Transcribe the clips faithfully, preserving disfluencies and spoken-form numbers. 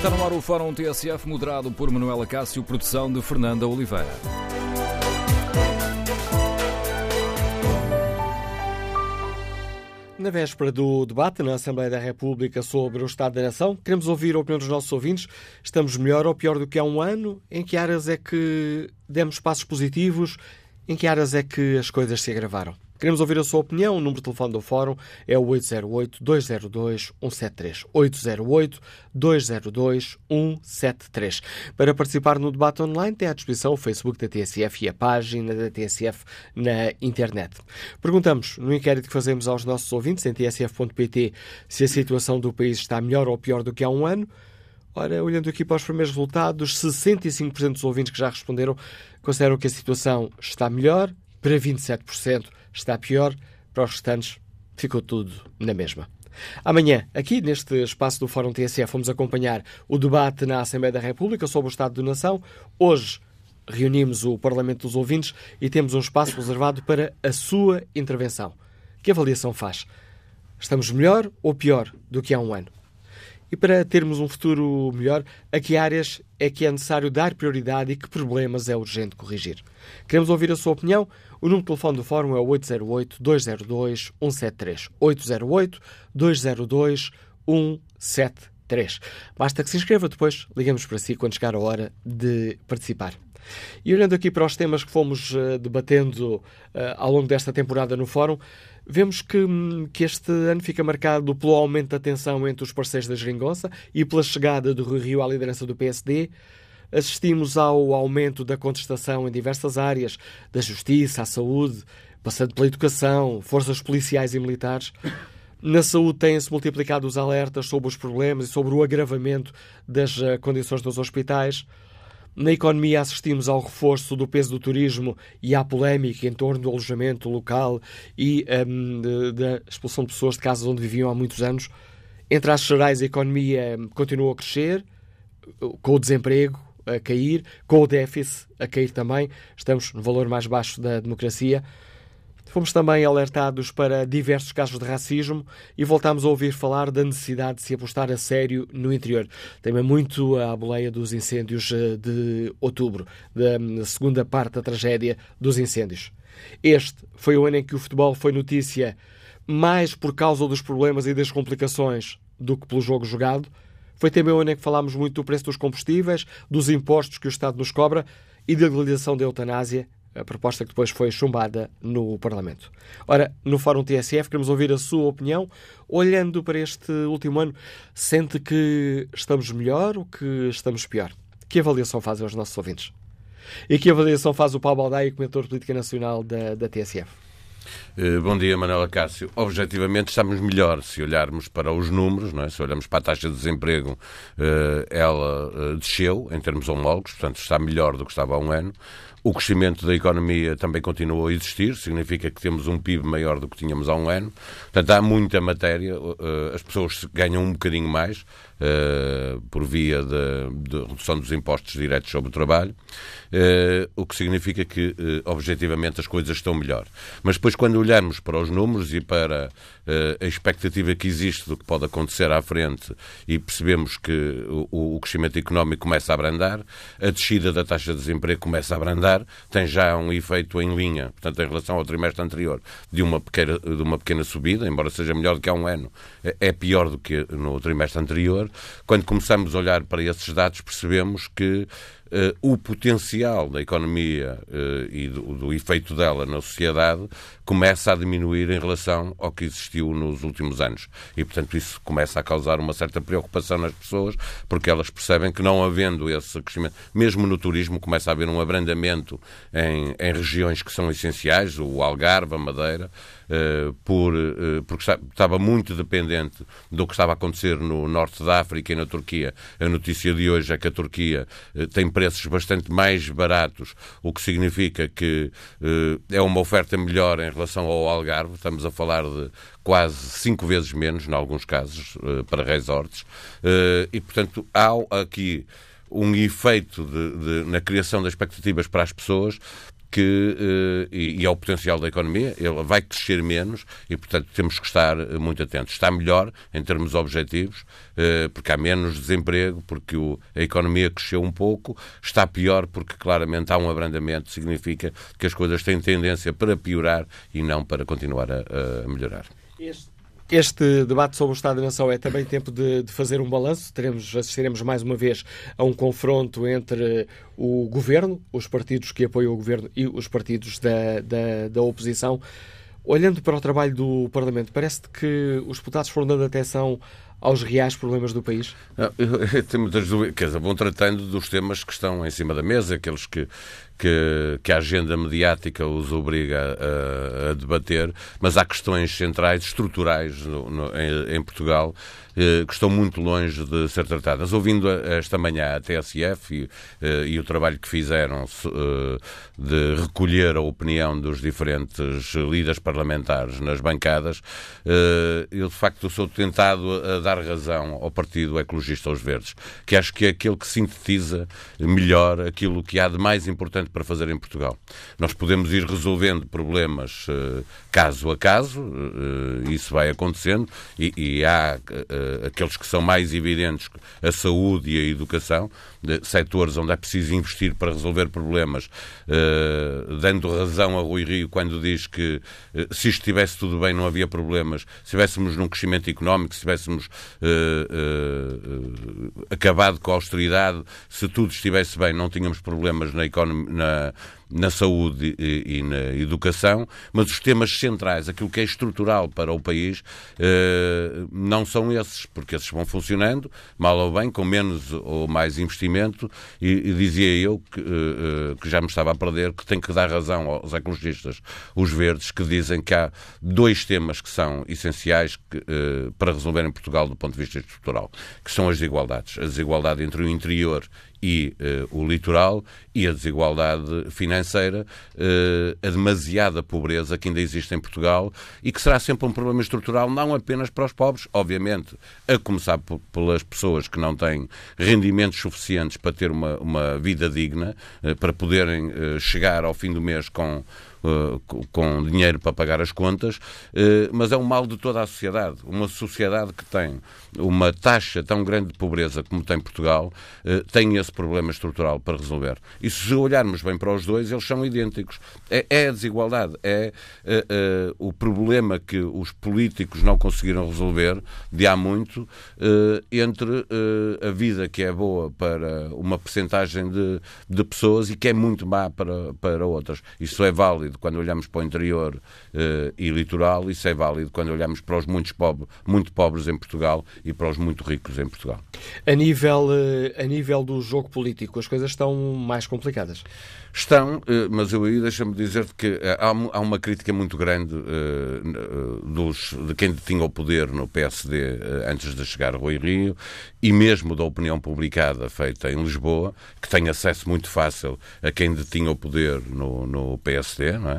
Está no ar o Fórum T S F, moderado por Manuela Cássio, produção de Fernanda Oliveira. Na véspera do debate na Assembleia da República sobre o Estado da Nação, queremos ouvir a opinião dos nossos ouvintes. Estamos melhor ou pior do que há um ano? Em que áreas é que demos passos positivos? Em que áreas é que as coisas se agravaram? Queremos ouvir a sua opinião. O número de telefone do Fórum é o oito zero oito, dois zero dois, um sete três. oito zero oito, dois zero dois, um sete três. Para participar no debate online, tem à disposição o Facebook da T S F e a página da T S F na internet. Perguntamos, no inquérito que fazemos aos nossos ouvintes em t s f ponto p t, se a situação do país está melhor ou pior do que há um ano. Ora, olhando aqui para os primeiros resultados, sessenta e cinco por cento dos ouvintes que já responderam consideram que a situação está melhor, para vinte e sete por cento está pior, para os restantes ficou tudo na mesma. Amanhã, aqui neste espaço do Fórum T S F, vamos acompanhar o debate na Assembleia da República sobre o Estado da Nação. Hoje reunimos o Parlamento dos Ouvintes e temos um espaço reservado para a sua intervenção. Que avaliação faz? Estamos melhor ou pior do que há um ano? E para termos um futuro melhor, a que áreas é que é necessário dar prioridade e que problemas é urgente corrigir? Queremos ouvir a sua opinião. O número de telefone do Fórum é o oito zero oito, dois zero dois, um sete três. oito zero oito, dois zero dois, um sete três. Basta que se inscreva, depois ligamos para si quando chegar a hora de participar. E olhando aqui para os temas que fomos uh, debatendo uh, ao longo desta temporada no Fórum, vemos que, que este ano fica marcado pelo aumento da tensão entre os parceiros da geringonça e pela chegada do Rui Rio à liderança do P S D. Assistimos ao aumento da contestação em diversas áreas, da justiça, à saúde, passando pela educação, forças policiais e militares. Na saúde têm-se multiplicado os alertas sobre os problemas e sobre o agravamento das uh, condições dos hospitais. Na economia assistimos ao reforço do peso do turismo e à polémica em torno do alojamento local e um, de, da expulsão de pessoas de casas onde viviam há muitos anos. Entre as gerais, a economia continua a crescer, com o desemprego a cair, com o déficit a cair também. Estamos no valor mais baixo da democracia. Fomos também alertados para diversos casos de racismo e voltámos a ouvir falar da necessidade de se apostar a sério no interior. Também muito à boleia dos incêndios de outubro, da segunda parte da tragédia dos incêndios. Este foi o ano em que o futebol foi notícia mais por causa dos problemas e das complicações do que pelo jogo jogado. Foi também o ano em que falámos muito do preço dos combustíveis, dos impostos que o Estado nos cobra e da legalização da eutanásia, a proposta que depois foi chumbada no Parlamento. Ora, no Fórum T S F queremos ouvir a sua opinião. Olhando para este último ano, sente que estamos melhor ou que estamos pior? Que avaliação fazem os nossos ouvintes? E que avaliação faz o Paulo Baldaia, comentador de política nacional da, da T S F? Bom dia, Manuela Cássio. Objetivamente estamos melhor se olharmos para os números, não é? Se olharmos para a taxa de desemprego, ela desceu em termos homólogos, portanto está melhor do que estava há um ano. O crescimento da economia também continua a existir, significa que temos um P I B maior do que tínhamos há um ano. Portanto, há muita matéria, as pessoas ganham um bocadinho mais uh, por via de, de redução dos impostos diretos sobre o trabalho, uh, o que significa que, uh, objetivamente, as coisas estão melhor. Mas depois, quando olharmos para os números e para uh, a expectativa que existe do que pode acontecer à frente e percebemos que o, o crescimento económico começa a abrandar, a descida da taxa de desemprego começa a abrandar, tem já um efeito em linha, portanto, em relação ao trimestre anterior, de uma pequena, de uma pequena subida, embora seja melhor do que há um ano, é pior do que no trimestre anterior. Quando começamos a olhar para esses dados, percebemos que Uh, o potencial da economia uh, e do, do efeito dela na sociedade começa a diminuir em relação ao que existiu nos últimos anos. E, portanto, isso começa a causar uma certa preocupação nas pessoas, porque elas percebem que, não havendo esse crescimento, mesmo no turismo, começa a haver um abrandamento em, em regiões que são essenciais, o Algarve, a Madeira, uh, por, uh, porque estava muito dependente do que estava a acontecer no norte da África e na Turquia. A notícia de hoje é que a Turquia uh, tem preços bastante mais baratos, o que significa que uh, é uma oferta melhor em relação ao Algarve. Estamos a falar de quase cinco vezes menos, em alguns casos, uh, para resorts. Uh, e, portanto, há aqui um efeito de, de, na criação de expectativas para as pessoas que, uh, e, e ao potencial da economia, ele vai crescer menos e, portanto, temos que estar muito atentos. Está melhor em termos objetivos, uh, porque há menos desemprego, porque o, a economia cresceu um pouco. Está pior porque, claramente, há um abrandamento, significa que as coisas têm tendência para piorar e não para continuar a, a melhorar. Este, este debate sobre o Estado da Nação é também tempo de, de fazer um balanço. Teremos, assistiremos mais uma vez a um confronto entre o Governo, os partidos que apoiam o Governo e os partidos da, da, da oposição. Olhando para o trabalho do Parlamento, parece-te que os deputados foram dando atenção aos reais problemas do país? Não, eu, eu tenho muitas dúvidas. Quer dizer, vão tratando dos temas que estão em cima da mesa, aqueles que, que, que a agenda mediática os obriga a, a debater, mas há questões centrais, estruturais no, no, em, em Portugal, eh, que estão muito longe de ser tratadas. Ouvindo esta manhã a T S F e, eh, e o trabalho que fizeram eh, de recolher a opinião dos diferentes líderes parlamentares nas bancadas, eh, eu de facto sou tentado a dar razão ao Partido Ecologista aos Verdes, que acho que é aquele que sintetiza melhor aquilo que há de mais importante para fazer em Portugal. Nós podemos ir resolvendo problemas uh, caso a caso, uh, isso vai acontecendo, e, e há uh, aqueles que são mais evidentes, a saúde e a educação, de setores onde é preciso investir para resolver problemas, uh, dando razão a Rui Rio quando diz que uh, se estivesse tudo bem não havia problemas, se estivéssemos num crescimento económico, se estivéssemos Uh, uh, uh, acabado com a austeridade, se tudo estivesse bem, não tínhamos problemas na, economia, na, na saúde e, e na educação, mas os temas centrais, aquilo que é estrutural para o país, uh, não são esses, porque esses vão funcionando, mal ou bem, com menos ou mais investimento, e, e dizia eu que, uh, que já me estava a perder, que tenho que dar razão aos ecologistas, os verdes, que dizem que há dois temas que são essenciais que, uh, para resolver em Portugal do ponto de vista estrutural, que são as desigualdades. A desigualdade entre o interior e uh, o litoral e a desigualdade financeira, uh, a demasiada pobreza que ainda existe em Portugal e que será sempre um problema estrutural, não apenas para os pobres, obviamente, a começar p- pelas pessoas que não têm rendimentos suficientes para ter uma, uma vida digna, uh, para poderem uh, chegar ao fim do mês com Uh, com dinheiro para pagar as contas, uh, mas é um mal de toda a sociedade. Uma sociedade que tem uma taxa tão grande de pobreza como tem Portugal, uh, tem esse problema estrutural para resolver. E se olharmos bem para os dois, eles são idênticos. É, é a desigualdade, é uh, uh, o problema que os políticos não conseguiram resolver de há muito, uh, entre uh, a vida que é boa para uma percentagem de, de pessoas e que é muito má para, para outras. Isso é válido quando olhamos para o interior uh, e litoral, isso é válido quando olhamos para os muito pobres, muito pobres em Portugal e para os muito ricos em Portugal. A nível, uh, a nível do jogo político, as coisas estão mais complicadas? Estão, uh, mas eu aí deixa-me dizer-te que uh, há, há uma crítica muito grande uh, dos, de quem detinha o poder no P S D uh, antes de chegar a Rui Rio e mesmo da opinião publicada feita em Lisboa, que tem acesso muito fácil a quem detinha o poder no, no P S D, não é?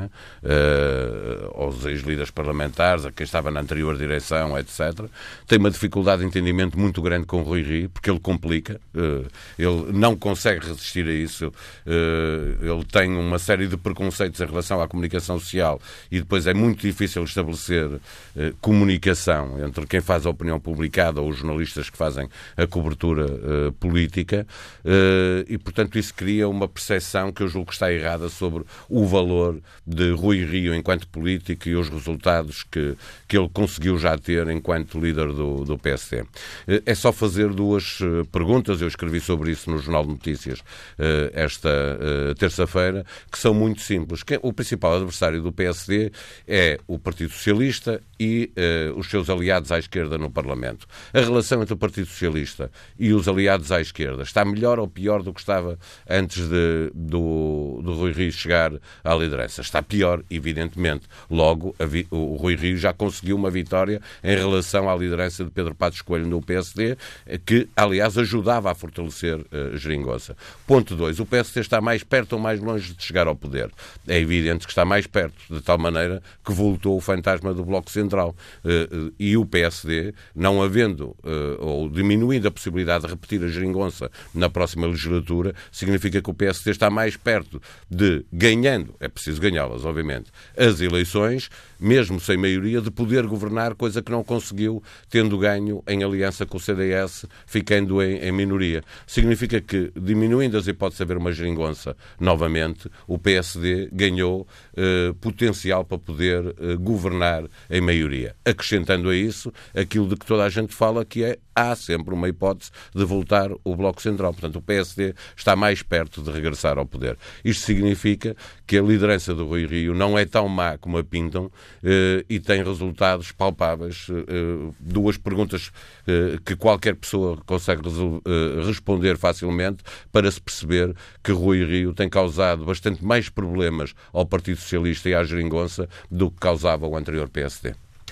Uh, aos ex-líderes parlamentares, a quem estava na anterior direção, etcétera. Tem uma dificuldade de entendimento muito grande com o Rui Rio, porque ele complica, uh, ele não consegue resistir a isso, uh, ele tem uma série de preconceitos em relação à comunicação social e depois é muito difícil estabelecer uh, comunicação entre quem faz a opinião publicada ou os jornalistas que fazem a cobertura uh, política uh, e, portanto, isso cria uma percepção que eu julgo que está errada sobre o valor de Rui Rio enquanto político e os resultados que, que ele conseguiu já ter enquanto líder do, do P S D. Uh, é só fazer duas uh, perguntas, eu escrevi sobre isso no Jornal de Notícias uh, esta uh, terça-feira, que são muito simples. O principal adversário do P S D é o Partido Socialista e uh, os seus aliados à esquerda no Parlamento. A relação entre o Partido Socialista e os aliados à esquerda está melhor ou pior do que estava antes de, do, do Rui Rio chegar à liderança? Está pior, evidentemente. Logo, Logo, a vi- o Rui Rio já conseguiu uma vitória em relação à liderança de Pedro Passos Coelho no P S D, que, aliás, ajudava a fortalecer a Geringonça. Ponto dois. O P S D está mais perto ou mais longe de chegar ao poder. É evidente que está mais perto, de tal maneira que voltou o fantasma do Bloco Central. E o P S D, não havendo ou diminuindo a possibilidade de repetir a Geringonça na próxima legislatura, significa que o P S D está mais perto de, ganhando, é preciso ganhá-las, obviamente, as eleições, mesmo sem maioria, de poder governar, coisa que não conseguiu, tendo ganho em aliança com o C D S, ficando em, em minoria. Significa que, diminuindo as hipóteses de haver uma geringonça novamente, o P S D ganhou eh, potencial para poder eh, governar em maioria. Acrescentando a isso aquilo de que toda a gente fala, que é há sempre uma hipótese de voltar o Bloco Central. Portanto, o P S D está mais perto de regressar ao poder. Isto significa que a liderança do Rui Rio não é tão má como a pintam eh, e tem resultados palpáveis. Eh, duas perguntas eh, que qualquer pessoa consegue resol- eh, responder facilmente para se perceber que Rui Rio tem causado bastante mais problemas ao Partido Socialista e à Geringonça do que causava o anterior P S D.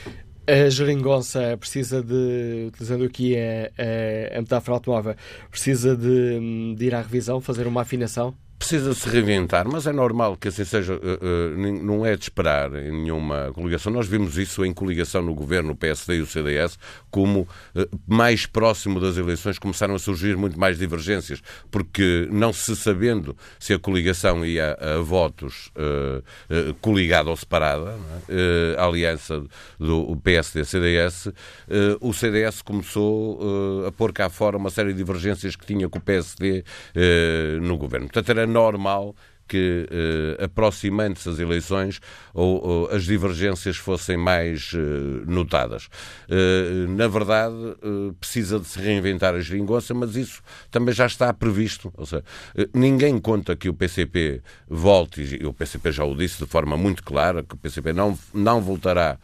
A Geringonça precisa de, utilizando aqui a, a, a metáfora automóvel, precisa de, de ir à revisão, fazer uma afinação? Precisa se reinventar, mas é normal que assim seja, uh, uh, não é de esperar em nenhuma coligação. Nós vimos isso em coligação no governo, o P S D e o C D S, como uh, mais próximo das eleições começaram a surgir muito mais divergências, porque não se sabendo se a coligação ia a, a votos uh, uh, coligada ou separada, uh, a aliança do P S D-C D S, uh, o C D S começou uh, a pôr cá fora uma série de divergências que tinha com o P S D uh, no governo. Portanto, era normal que, eh, aproximando-se as eleições, ou, ou as divergências fossem mais eh, notadas. Eh, na verdade, eh, precisa de se reinventar a geringonça, mas isso também já está previsto. Ou seja, eh, ninguém conta que o P C P volte, e o P C P já o disse de forma muito clara, que o P C P não, não voltará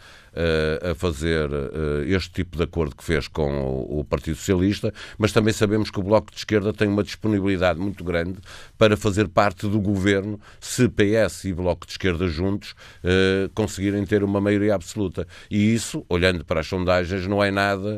a fazer este tipo de acordo que fez com o Partido Socialista, mas também sabemos que o Bloco de Esquerda tem uma disponibilidade muito grande para fazer parte do governo se P S e Bloco de Esquerda juntos conseguirem ter uma maioria absoluta. E isso, olhando para as sondagens, não é nada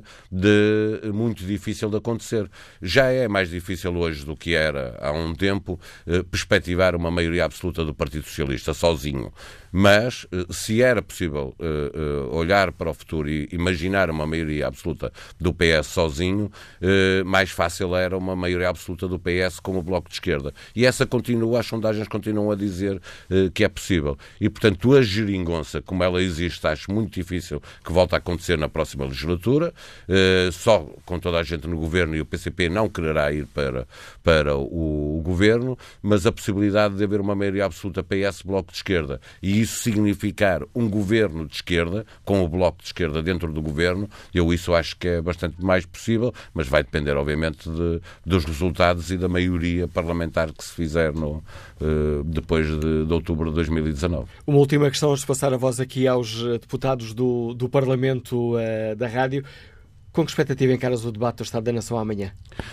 de muito difícil de acontecer. Já é mais difícil hoje do que era há um tempo perspectivar uma maioria absoluta do Partido Socialista sozinho. Mas, se era possível uh, uh, olhar para o futuro e imaginar uma maioria absoluta do P S sozinho, uh, mais fácil era uma maioria absoluta do P S com o Bloco de Esquerda. E essa continua, as sondagens continuam a dizer uh, que é possível. E, portanto, a geringonça, como ela existe, acho muito difícil que volte a acontecer na próxima legislatura. Uh, só com toda a gente no governo, e o P C P não quererá ir para, para o, o governo, mas a possibilidade de haver uma maioria absoluta P S-Bloco de Esquerda. E isso significar um governo de esquerda, com o Bloco de Esquerda dentro do governo, eu isso acho que é bastante mais possível, mas vai depender, obviamente, de, dos resultados e da maioria parlamentar que se fizer no, uh, depois de, de outubro de dois mil e dezanove. Uma última questão, antes de passar a voz aqui aos deputados do, do Parlamento uh, da Rádio. Com que expectativa encaras o debate do Estado da Nação amanhã?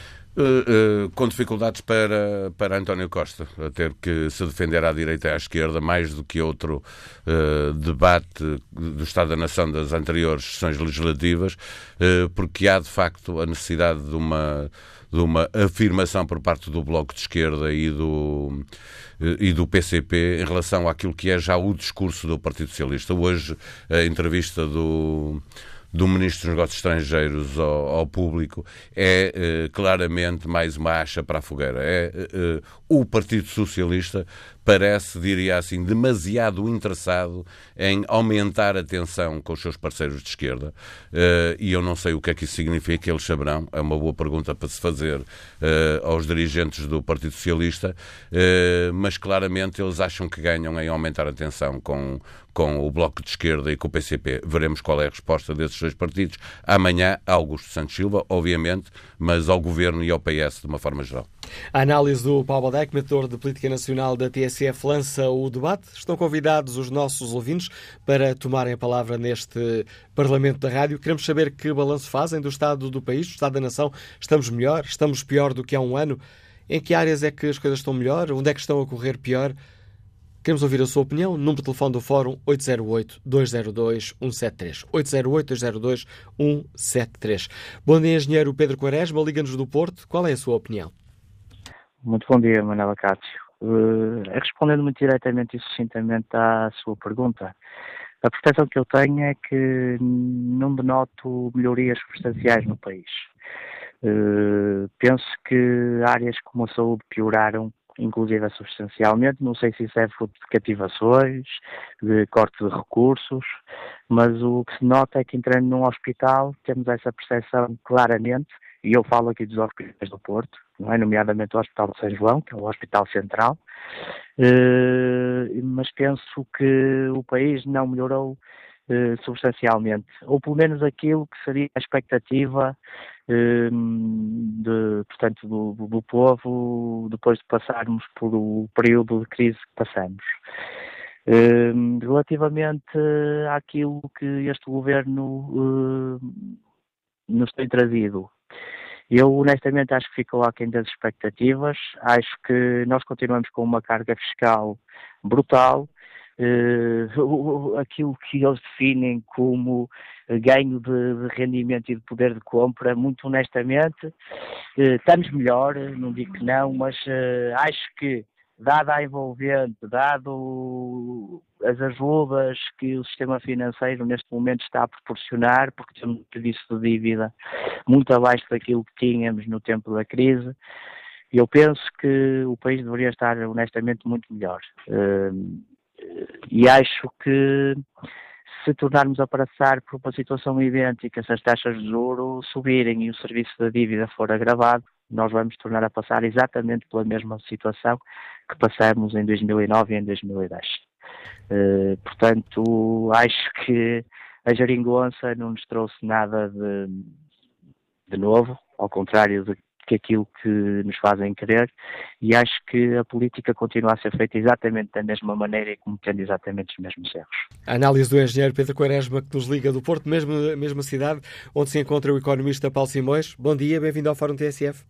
Uh, uh, com dificuldades para, para António Costa, a ter que se defender à direita e à esquerda, mais do que outro uh, debate do Estado da Nação das anteriores sessões legislativas, uh, porque há de facto a necessidade de uma, de uma afirmação por parte do Bloco de Esquerda e do, uh, e do P C P em relação àquilo que é já o discurso do Partido Socialista. Hoje, a entrevista do do Ministro dos Negócios Estrangeiros ao, ao público é eh, claramente mais uma acha para a fogueira. É, eh, o Partido Socialista parece, diria assim, demasiado interessado em aumentar a tensão com os seus parceiros de esquerda, uh, e eu não sei o que é que isso significa, eles saberão, é uma boa pergunta para se fazer uh, aos dirigentes do Partido Socialista, uh, mas claramente eles acham que ganham em aumentar a tensão com, com o Bloco de Esquerda e com o P C P. Veremos qual é a resposta desses dois partidos. Amanhã, Augusto Santos Silva, obviamente, mas ao Governo e ao P S de uma forma geral. A análise do Paulo Baldaia, comentador de Política Nacional da T S F, lança o debate. Estão convidados os nossos ouvintes para tomarem a palavra neste Parlamento da Rádio. Queremos saber que balanço fazem do estado do país, do estado da nação. Estamos melhor? Estamos pior do que há um ano? Em que áreas é que as coisas estão melhor? Onde é que estão a correr pior? Queremos ouvir a sua opinião. Número de telefone do Fórum oito zero oito, dois zero dois, um sete três. oito zero oito, dois zero dois, um sete três. Bom dia, engenheiro Pedro Quaresma, Liga-nos do Porto. Qual é a sua opinião? Muito bom dia, Manuel Cássio. Uh, respondendo muito diretamente e sucintamente à sua pergunta, a percepção que eu tenho é que não denoto melhorias substanciais no país. Uh, penso que áreas como a saúde pioraram, inclusive substancialmente. Não sei se isso é fruto de cativações, de corte de recursos, mas o que se nota é que entrando num hospital temos essa percepção claramente, e eu falo aqui dos hospitais do Porto, não é? Nomeadamente o Hospital de São João, que é o Hospital Central, uh, mas penso que o país não melhorou uh, substancialmente, ou pelo menos aquilo que seria a expectativa uh, de, portanto, do, do povo depois de passarmos por o período de crise que passamos. Uh, relativamente àquilo que este governo uh, nos tem trazido, eu honestamente acho que ficou aquém das expectativas. Acho que nós continuamos com uma carga fiscal brutal, uh, aquilo que eles definem como ganho de, de rendimento e de poder de compra, muito honestamente, uh, estamos melhor, não digo que não, mas uh, acho que, dada a envolvente, dado as ajudas que o sistema financeiro neste momento está a proporcionar, porque temos um serviço de dívida muito abaixo daquilo que tínhamos no tempo da crise, eu penso que o país deveria estar honestamente muito melhor. E acho que se tornarmos a passar por uma situação idêntica, se as taxas de juros subirem e o serviço da dívida for agravado, nós vamos tornar a passar exatamente pela mesma situação que passamos em dois mil e nove e em dois mil e dez. Uh, portanto, acho que a geringonça não nos trouxe nada de, de novo, ao contrário de que aquilo que nos fazem querer, e acho que a política continua a ser feita exatamente da mesma maneira e cometendo exatamente os mesmos erros. A análise do engenheiro Pedro Quaresma, que nos liga do Porto, mesmo, mesma cidade, onde se encontra o economista Paulo Simões. Bom dia, bem-vindo ao Fórum T S F.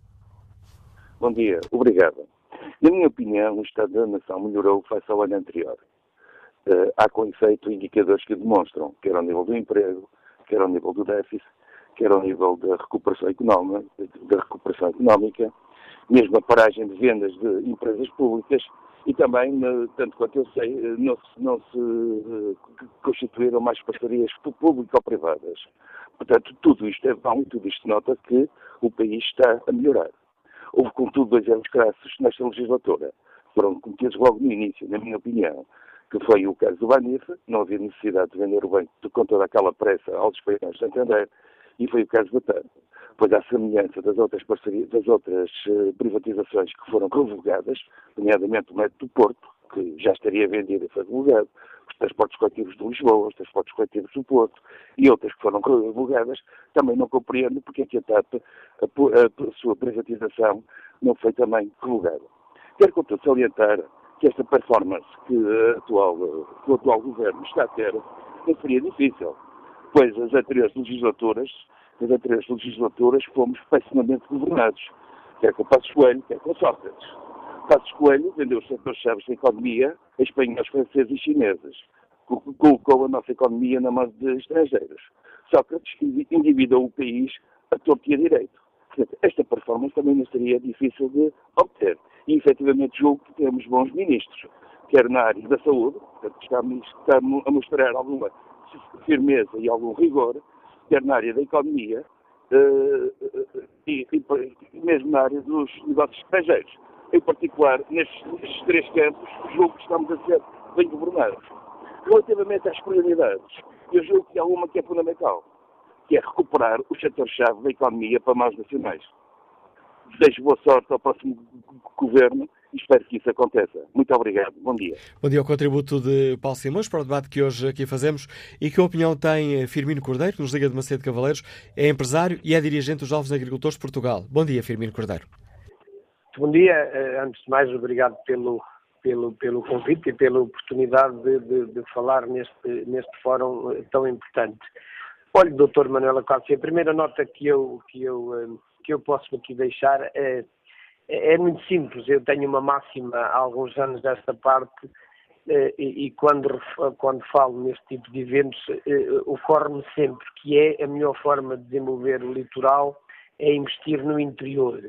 Bom dia, obrigado. Na minha opinião, o Estado da Nação melhorou face ao ano anterior. Uh, há com efeito indicadores que demonstram, quer ao nível do emprego, quer ao nível do déficit, quer ao nível da recuperação económica, da recuperação económica, mesmo a paragem de vendas de empresas públicas e também, tanto quanto eu sei, não se, não se constituíram mais parcerias público-privadas. Portanto, tudo isto é bom e tudo isto nota que o país está a melhorar. Houve, contudo, dois erros crassos nesta legislatura. Foram cometidos logo no início, na minha opinião, que foi o caso do Banif, não havia necessidade de vender o banco com toda aquela pressa aos espanhóis de Santander, e foi o caso da TAP. Pois, à semelhança das outras parcerias, das outras uh, privatizações que foram revogadas, nomeadamente o método do Porto, que já estaria vendido e foi revogado, os transportes coletivos de Lisboa, os transportes coletivos do Porto e outras que foram revogadas, também não compreendo porque é que a TAP, a, a, a sua privatização, não foi também revogada. Quero, contudo, salientar que esta performance que, a atual, que o atual governo está a ter não seria difícil, pois as anteriores legislaturas, as anteriores legislaturas fomos pessimamente governados, quer com Passos Coelho, quer com Sócrates. Passos Coelho vendeu os setores-chave da economia a espanhóis, franceses e chineses, colocou a nossa economia na mão de estrangeiros. Sócrates endividou o país a torto e a direito. Portanto, esta performance também não seria difícil de obter. E, efetivamente, julgo que temos bons ministros, quer na área da saúde, portanto, estamos, estamos a mostrar alguma firmeza e algum rigor, quer na área da economia uh, e, e mesmo na área dos negócios estrangeiros. Em particular, nestes, nestes três campos, julgo que estamos a ser bem governados. Relativamente às prioridades, eu julgo que há uma que é fundamental, que é recuperar os setores-chave da economia para mãos nacionais. Desejo boa sorte ao próximo governo e espero que isso aconteça. Muito obrigado. Bom dia. Bom dia ao contributo de Paulo Simões para o debate que hoje aqui fazemos. E que opinião tem Firmino Cordeiro, que nos liga de Macedo Cavaleiros, é empresário e é dirigente dos Jovens Agricultores de Portugal. Bom dia, Firmino Cordeiro. Bom dia. Antes de mais, obrigado pelo, pelo, pelo convite e pela oportunidade de, de, de falar neste, neste fórum tão importante. Olha, doutor Manuel Cássio, a primeira nota que eu, que eu, que eu posso aqui deixar é, é muito simples. Eu tenho uma máxima há alguns anos desta parte, e, e quando, quando falo neste tipo de eventos, ocorre-me sempre que é a melhor forma de desenvolver o litoral é investir no interior.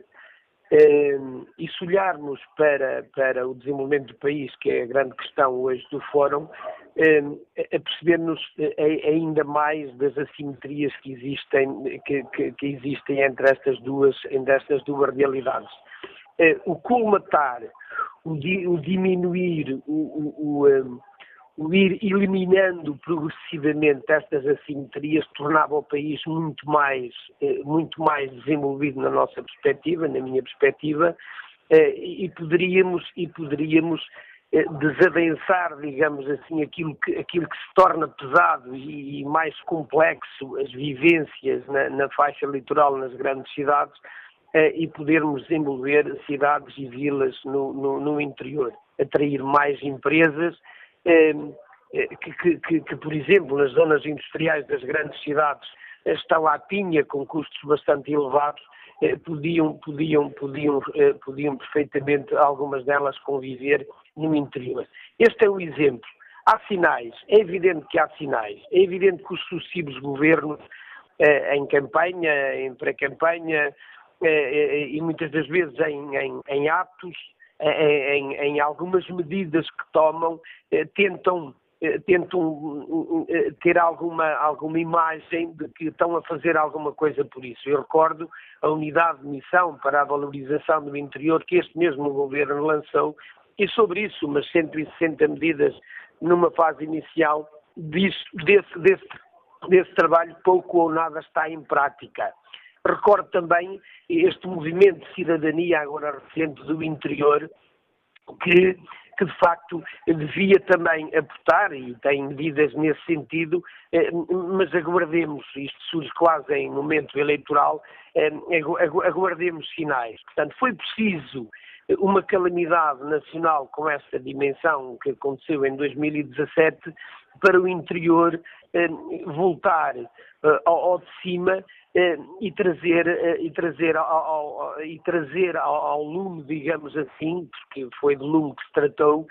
E se olharmos para, para o desenvolvimento do país, que é a grande questão hoje do Fórum, a perceber-nos ainda mais das assimetrias que existem, que, que, que existem entre estas duas, entre estas duas realidades. O colmatar, o, di, o diminuir, o, o, o, o ir eliminando progressivamente estas assimetrias tornava o país muito mais, muito mais desenvolvido na nossa perspectiva, na minha perspectiva, e poderíamos, e poderíamos desadensar, digamos assim, aquilo que, aquilo que se torna pesado e, e mais complexo, as vivências na, na faixa litoral nas grandes cidades, e podermos desenvolver cidades e vilas no, no, no interior, atrair mais empresas, Que, que, que, que, por exemplo, nas zonas industriais das grandes cidades estão à pinha com custos bastante elevados, eh, podiam, podiam, podiam, eh, podiam perfeitamente algumas delas conviver no interior. Este é um exemplo. Há sinais, é evidente que há sinais, é evidente que os sucessivos governos eh, em campanha, em pré-campanha eh, e muitas das vezes em, em, em atos, em, em algumas medidas que tomam, eh, tentam tentam ter alguma, alguma imagem de que estão a fazer alguma coisa por isso. Eu recordo a unidade de missão para a valorização do interior que este mesmo governo lançou e sobre isso umas cento e sessenta medidas numa fase inicial, disso, desse, desse, desse trabalho pouco ou nada está em prática. Recordo também este movimento de cidadania agora recente do interior que que de facto devia também aportar, e tem medidas nesse sentido, mas aguardemos, isto surge quase em momento eleitoral, aguardemos sinais. Portanto, foi preciso uma calamidade nacional com essa dimensão que aconteceu em dois mil e dezassete para o interior voltar ao de cima e trazer, e trazer, ao, ao, e trazer ao, ao lume, digamos assim, porque foi de lume que se tratou,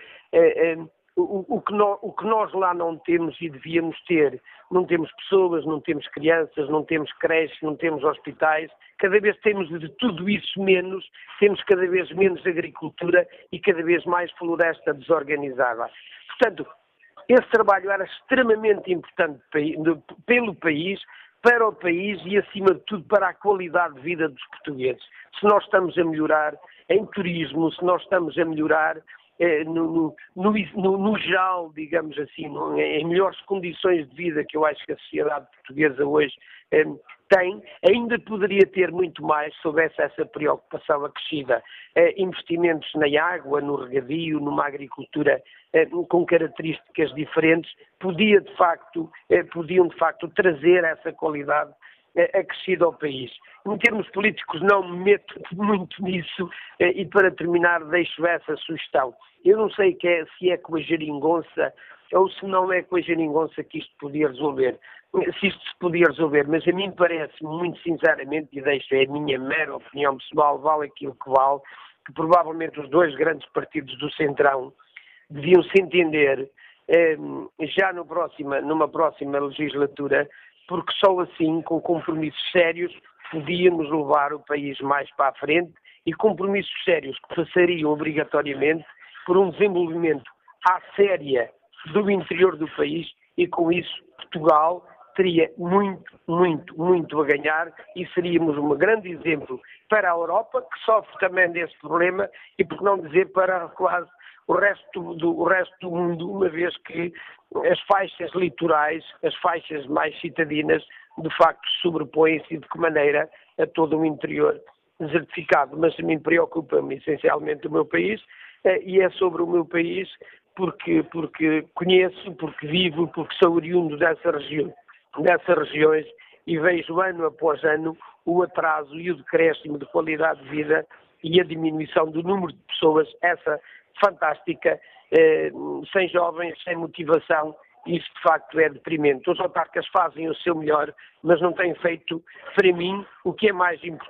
o, o, que nós, o que nós lá não temos e devíamos ter. Não temos pessoas, não temos crianças, não temos creches, não temos hospitais. Cada vez temos de tudo isso menos, temos cada vez menos agricultura e cada vez mais floresta desorganizada. Portanto, esse trabalho era extremamente importante pelo país, para o país e, acima de tudo, para a qualidade de vida dos portugueses. Se nós estamos a melhorar em turismo, se nós estamos a melhorar eh, no, no, no, no geral, digamos assim, no, em melhores condições de vida que eu acho que a sociedade portuguesa hoje eh, tem, ainda poderia ter muito mais se houvesse essa preocupação acrescida. Eh, investimentos na água, no regadio, numa agricultura eh, com características diferentes, podia de facto, eh, podiam de facto trazer essa qualidade eh, acrescida ao país. Em termos políticos não me meto muito nisso eh, e para terminar deixo essa sugestão. Eu não sei que é, se é com a geringonça ou se não é com a geringonça que isto podia resolver, se isto se podia resolver, mas a mim parece muito sinceramente, e deixo, é a minha mera opinião pessoal, vale aquilo que vale, que provavelmente os dois grandes partidos do Centrão deviam se entender eh, já no próxima, numa próxima legislatura, porque só assim, com compromissos sérios, podíamos levar o país mais para a frente e compromissos sérios que passariam obrigatoriamente por um desenvolvimento à séria do interior do país e com isso Portugal teria muito, muito, muito a ganhar e seríamos um grande exemplo para a Europa, que sofre também desse problema, e por não dizer para quase o resto do, o resto do mundo, uma vez que as faixas litorais, as faixas mais citadinas, de facto sobrepõem-se de que maneira a todo o interior desertificado. Mas a mim preocupa-me essencialmente o meu país, e é sobre o meu país porque, porque conheço, porque vivo, porque sou oriundo dessa região, dessas regiões e vejo ano após ano o atraso e o decréscimo de qualidade de vida e a diminuição do número de pessoas, essa fantástica, eh, sem jovens, sem motivação. Isso de facto é deprimente. Os autarcas fazem o seu melhor, mas não têm feito, para mim, o que é mais importante,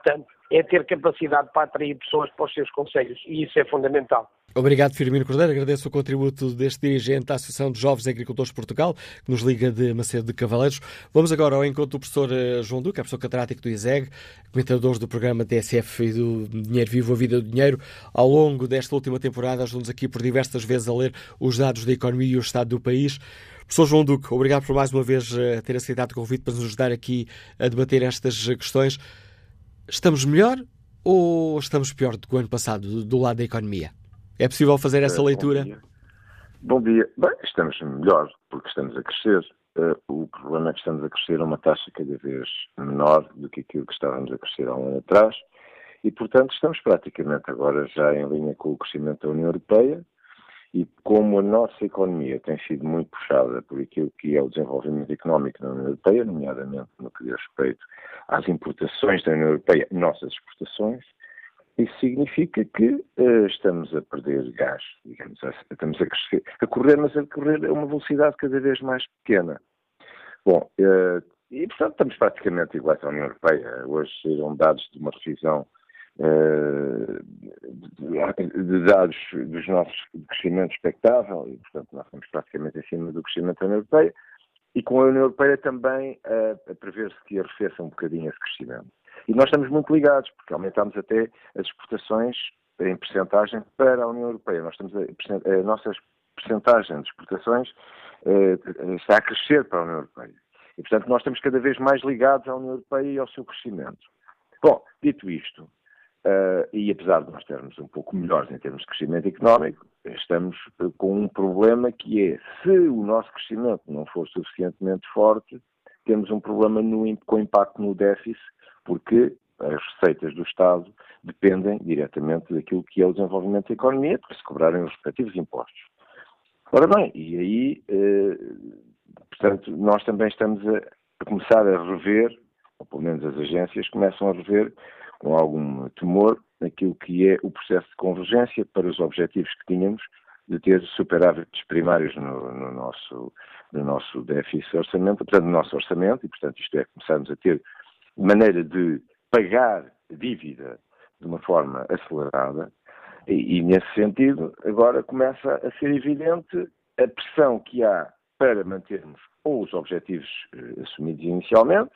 é ter capacidade para atrair pessoas para os seus conselhos, e isso é fundamental. Obrigado, Firmino Cordeiro. Agradeço o contributo deste dirigente da Associação de Jovens Agricultores de Portugal, que nos liga de Macedo de Cavaleiros. Vamos agora ao encontro do professor João Duque, é professor catedrático do I S E G, comentador do programa T S F e do Dinheiro Vivo, a Vida do Dinheiro. Ao longo desta última temporada, ajudou-nos aqui por diversas vezes a ler os dados da economia e o estado do país. Professor João Duque, obrigado por mais uma vez ter aceitado o convite para nos ajudar aqui a debater estas questões. Estamos melhor ou estamos pior do que o ano passado, do lado da economia? É possível fazer essa uh, leitura? Bom dia. Bom dia. Bem, estamos melhor, porque estamos a crescer. Uh, o problema é que estamos a crescer a uma taxa cada vez menor do que aquilo que estávamos a crescer há um ano atrás e, portanto, estamos praticamente agora já em linha com o crescimento da União Europeia e como a nossa economia tem sido muito puxada por aquilo que é o desenvolvimento económico da União Europeia, nomeadamente no que diz respeito às importações da União Europeia, nossas exportações, isso significa que uh, estamos a perder gás, digamos, estamos a, crescer, a correr, mas a correr a uma velocidade cada vez mais pequena. Bom, uh, e portanto estamos praticamente iguais à União Europeia. Hoje saíram dados de uma revisão uh, de, de dados dos nossos crescimento expectável e, portanto, nós estamos praticamente em cima do crescimento da União Europeia e com a União Europeia também uh, a prever-se que arrefeça um bocadinho esse crescimento. E nós estamos muito ligados, porque aumentámos até as exportações em percentagem para a União Europeia. Nós estamos a, a nossa percentagem de exportações uh, está a crescer para a União Europeia. E, portanto, nós estamos cada vez mais ligados à União Europeia e ao seu crescimento. Bom, dito isto, uh, e apesar de nós termos um pouco melhores em termos de crescimento económico, estamos uh, com um problema que é, se o nosso crescimento não for suficientemente forte, temos um problema no, com impacto no déficit, porque as receitas do Estado dependem diretamente daquilo que é o desenvolvimento da economia, para se cobrarem os respectivos impostos. Ora bem, e aí, eh, portanto, nós também estamos a, a começar a rever, ou pelo menos as agências começam a rever, com algum temor, aquilo que é o processo de convergência para os objetivos que tínhamos de ter superávites primários no, no, nosso, no nosso déficit orçamento, portanto, no nosso orçamento, e, portanto, isto é, começarmos a ter maneira de pagar dívida de uma forma acelerada e, e, nesse sentido, agora começa a ser evidente a pressão que há para mantermos ou os objetivos eh, assumidos inicialmente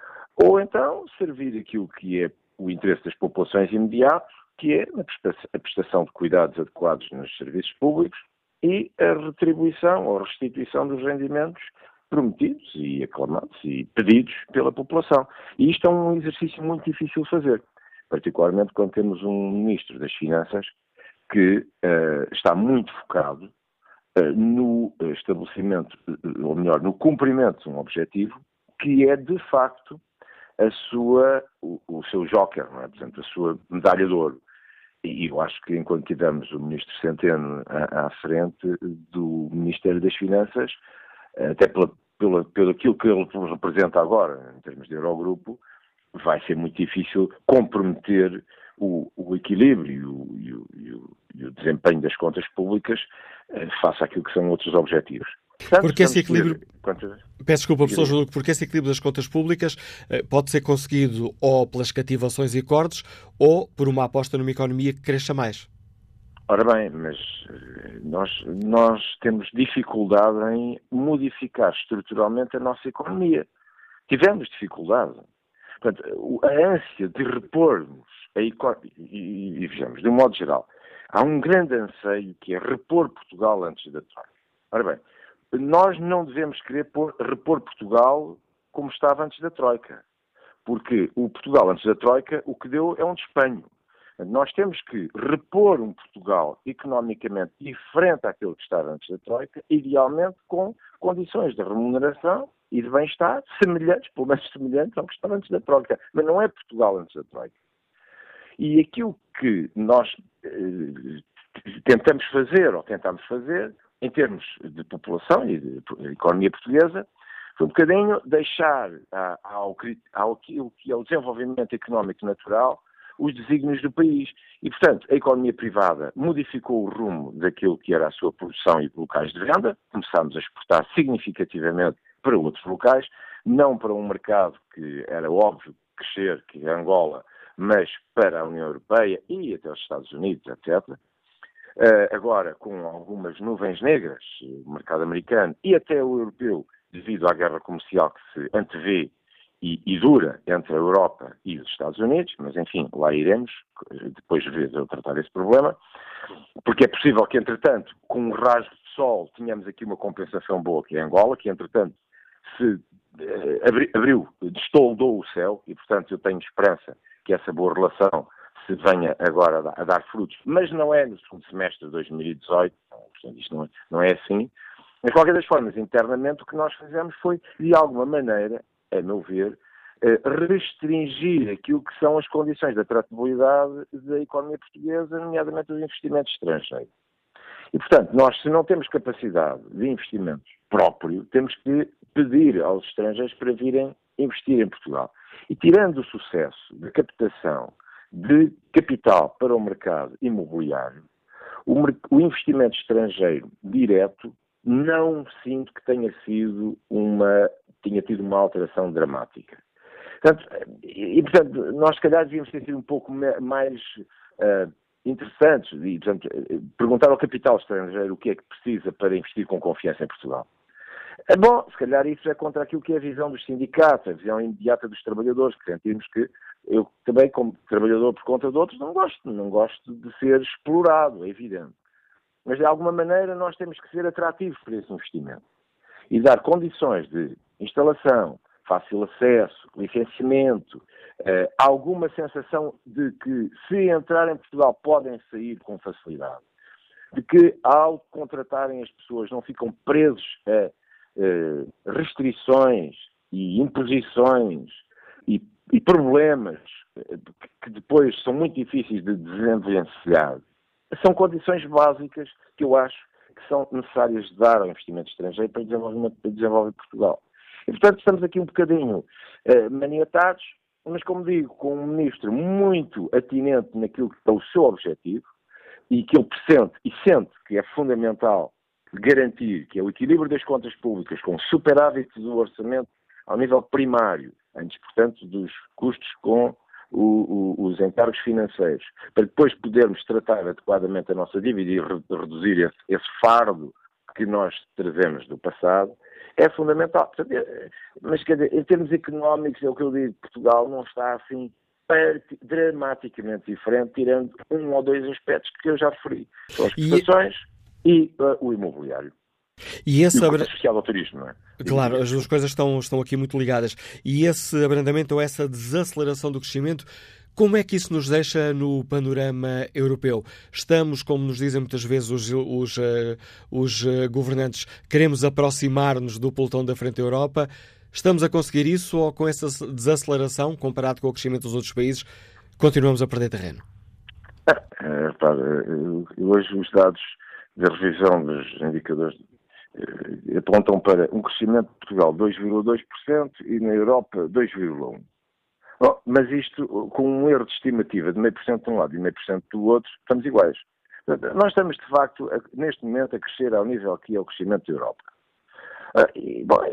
ou então servir aquilo que é o interesse das populações imediatas, que é a prestação de cuidados adequados nos serviços públicos e a retribuição ou restituição dos rendimentos prometidos e aclamados e pedidos pela população. E isto é um exercício muito difícil de fazer, particularmente quando temos um Ministro das Finanças que uh, está muito focado uh, no estabelecimento, uh, ou melhor, no cumprimento de um objetivo que é, de facto, a sua, o, o seu joker, não é? Portanto, a sua medalha de ouro. E eu acho que enquanto tivermos o Ministro Centeno à, à frente do Ministério das Finanças, até pela, pela, pelo aquilo que ele representa agora, em termos de Eurogrupo, vai ser muito difícil comprometer o, o equilíbrio e o, e, o, e o desempenho das contas públicas eh, face àquilo que são outros objetivos. Portanto, porque esse equilíbrio, quanto... peço desculpa, professor João Duque, porque esse equilíbrio das contas públicas eh, pode ser conseguido ou pelas cativações e cortes ou por uma aposta numa economia que cresça mais. Ora bem, mas nós, nós temos dificuldade em modificar estruturalmente a nossa economia. Tivemos dificuldade. Portanto, a ânsia de repormos a economia, e, e vejamos, de um modo geral, há um grande anseio que é repor Portugal antes da Troika. Ora bem, nós não devemos querer pôr, repor Portugal como estava antes da Troika, porque o Portugal antes da Troika o que deu é um despenho. Nós temos que repor um Portugal economicamente diferente àquilo que estava antes da Troika, idealmente com condições de remuneração e de bem-estar semelhantes, pelo menos semelhantes ao que estava antes da Troika. Mas não é Portugal antes da Troika. E aquilo que nós eh, tentamos fazer, ou tentamos fazer, em termos de população e de economia portuguesa, foi um bocadinho deixar ao, ao que é o desenvolvimento económico natural os desígnios do país. E, portanto, a economia privada modificou o rumo daquilo que era a sua produção e locais de venda. Começámos a exportar significativamente para outros locais, não para um mercado que era óbvio crescer, que é Angola, mas para a União Europeia e até os Estados Unidos, etcétera. Uh, agora, com algumas nuvens negras, o mercado americano e até o europeu, devido à guerra comercial que se antevê e, e dura entre a Europa e os Estados Unidos, mas enfim, lá iremos, depois de vez eu tratar esse problema, porque é possível que, entretanto, com um rasgo de sol, tenhamos aqui uma compensação boa, que é Angola, que, entretanto, se uh, abri, abriu, destoldou o céu, e, portanto, eu tenho esperança que essa boa relação se venha agora a dar, a dar frutos, mas não é no segundo semestre de dois mil e dezoito, portanto, isto não é, não é assim. Mas, de qualquer das formas, internamente, o que nós fizemos foi, de alguma maneira, a meu ver, restringir aquilo que são as condições de atratividade da economia portuguesa, nomeadamente os investimentos estrangeiros. E, portanto, nós, se não temos capacidade de investimento próprio, temos que pedir aos estrangeiros para virem investir em Portugal. E, tirando o sucesso da captação de capital para o mercado imobiliário, o, o investimento estrangeiro direto não sinto que tenha sido uma, tenha tido uma alteração dramática. Portanto, e, portanto, nós, se calhar, devíamos ter sido um pouco mais uh, interessantes e, portanto, perguntar ao capital estrangeiro o que é que precisa para investir com confiança em Portugal. É bom, se calhar isso é contra aquilo que é a visão dos sindicatos, a visão imediata dos trabalhadores, que sentimos que eu também, como trabalhador por conta de outros, não gosto, não gosto de ser explorado, é evidente. Mas, de alguma maneira, nós temos que ser atrativos para esse investimento e dar condições de instalação, fácil acesso, licenciamento, eh, alguma sensação de que, se entrarem em Portugal, podem sair com facilidade, de que, ao contratarem as pessoas, não ficam presos a eh, restrições e imposições e, e problemas eh, que depois são muito difíceis de desenvencilhar. São condições básicas que eu acho que são necessárias de dar ao investimento estrangeiro para o desenvolvimento, para desenvolver Portugal. E, portanto, estamos aqui um bocadinho eh, maniatados, mas, como digo, com um ministro muito atinente naquilo que é o seu objetivo e que ele pressente e sente que é fundamental garantir que é o equilíbrio das contas públicas com superávit do orçamento ao nível primário, antes, portanto, dos custos com o, o, os encargos financeiros, para depois podermos tratar adequadamente a nossa dívida e re, reduzir esse, esse fardo que nós trazemos do passado, é fundamental. Mas, quer dizer, em termos económicos, é o que eu digo, Portugal não está assim dramaticamente diferente, tirando um ou dois aspectos que eu já referi. São as prestações e, e uh, o imobiliário. E esse e o abra... associado ao turismo, não é? Claro, as duas coisas estão, estão aqui muito ligadas. E esse abrandamento ou essa desaceleração do crescimento, como é que isso nos deixa no panorama europeu? Estamos, como nos dizem muitas vezes os, os, os governantes, queremos aproximar-nos do pelotão da frente da Europa. Estamos a conseguir isso ou com essa desaceleração, comparado com o crescimento dos outros países, continuamos a perder terreno? Ah, é, repara, hoje os dados da revisão dos indicadores eh, apontam para um crescimento de Portugal dois vírgula dois por cento e na Europa dois vírgula um por cento. Oh, mas isto, com um erro de estimativa de meio por cento de um lado e meio por cento do outro, estamos iguais. Nós estamos, de facto, a, neste momento, a crescer ao nível que é o crescimento da Europa. Ah, e, bom,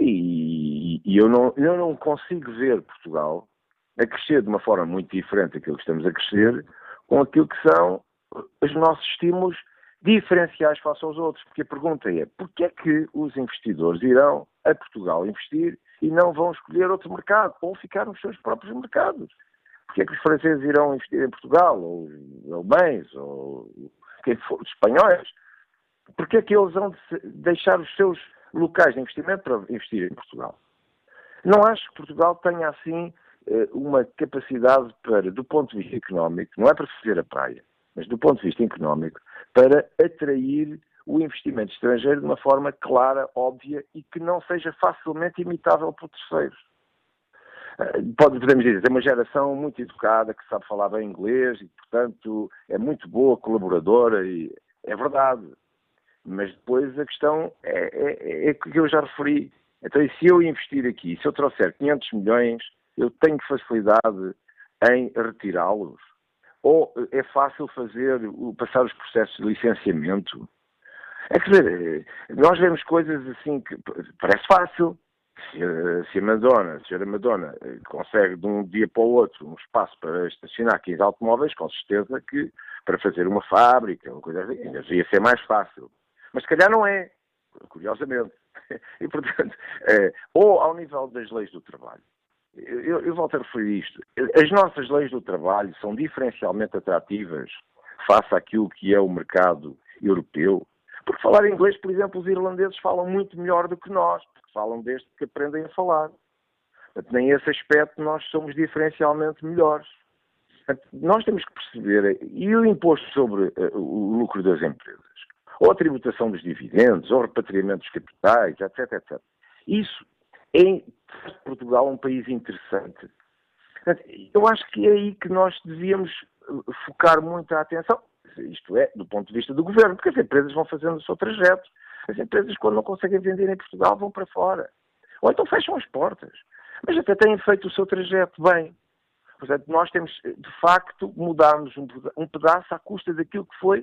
e, e eu, não, eu não consigo ver Portugal a crescer de uma forma muito diferente daquilo que estamos a crescer, com aquilo que são os nossos estímulos diferenciais face aos outros. Porque a pergunta é, porquê é que os investidores irão a Portugal investir e não vão escolher outro mercado, ou ficar nos seus próprios mercados? Porquê é que os franceses irão investir em Portugal, ou os alemães, ou quem for, os espanhóis? Porquê é que eles vão deixar os seus locais de investimento para investir em Portugal? Não acho que Portugal tenha, assim, uma capacidade para, do ponto de vista económico, não é para fazer a praia, mas do ponto de vista económico, para atrair o investimento estrangeiro de uma forma clara, óbvia e que não seja facilmente imitável por terceiros. Podemos dizer, tem uma geração muito educada, que sabe falar bem inglês e, portanto, é muito boa, colaboradora, e é verdade. Mas depois a questão é, é, é que eu já referi. Então, se eu investir aqui, se eu trouxer quinhentos milhões, eu tenho facilidade em retirá-los? Ou é fácil fazer, passar os processos de licenciamento? É, quer dizer, nós vemos coisas assim que parece fácil. Se a, se a Madonna, a senhora Madonna consegue de um dia para o outro um espaço para estacionar quinze automóveis, com certeza que para fazer uma fábrica, uma coisa assim, ainda devia ser mais fácil. Mas se calhar não é, curiosamente. E, portanto, é, ou ao nível das leis do trabalho. Eu, eu volto a referir isto. As nossas leis do trabalho são diferencialmente atrativas face àquilo que é o mercado europeu. Porque falar inglês, por exemplo, os irlandeses falam muito melhor do que nós, porque falam desde que aprendem a falar. Portanto, nem esse aspecto nós somos diferencialmente melhores. Portanto, nós temos que perceber, e o imposto sobre uh, o lucro das empresas, ou a tributação dos dividendos, ou o repatriamento dos capitais, etc, etcétera. Isso é, faz de Portugal um país interessante. Portanto, eu acho que é aí que nós devíamos focar muito a atenção. Isto é, do ponto de vista do governo, porque as empresas vão fazendo o seu trajeto. As empresas, quando não conseguem vender em Portugal, vão para fora. Ou então fecham as portas. Mas até têm feito o seu trajeto bem. Portanto, nós temos, de facto, mudarmos um pedaço à custa daquilo que foi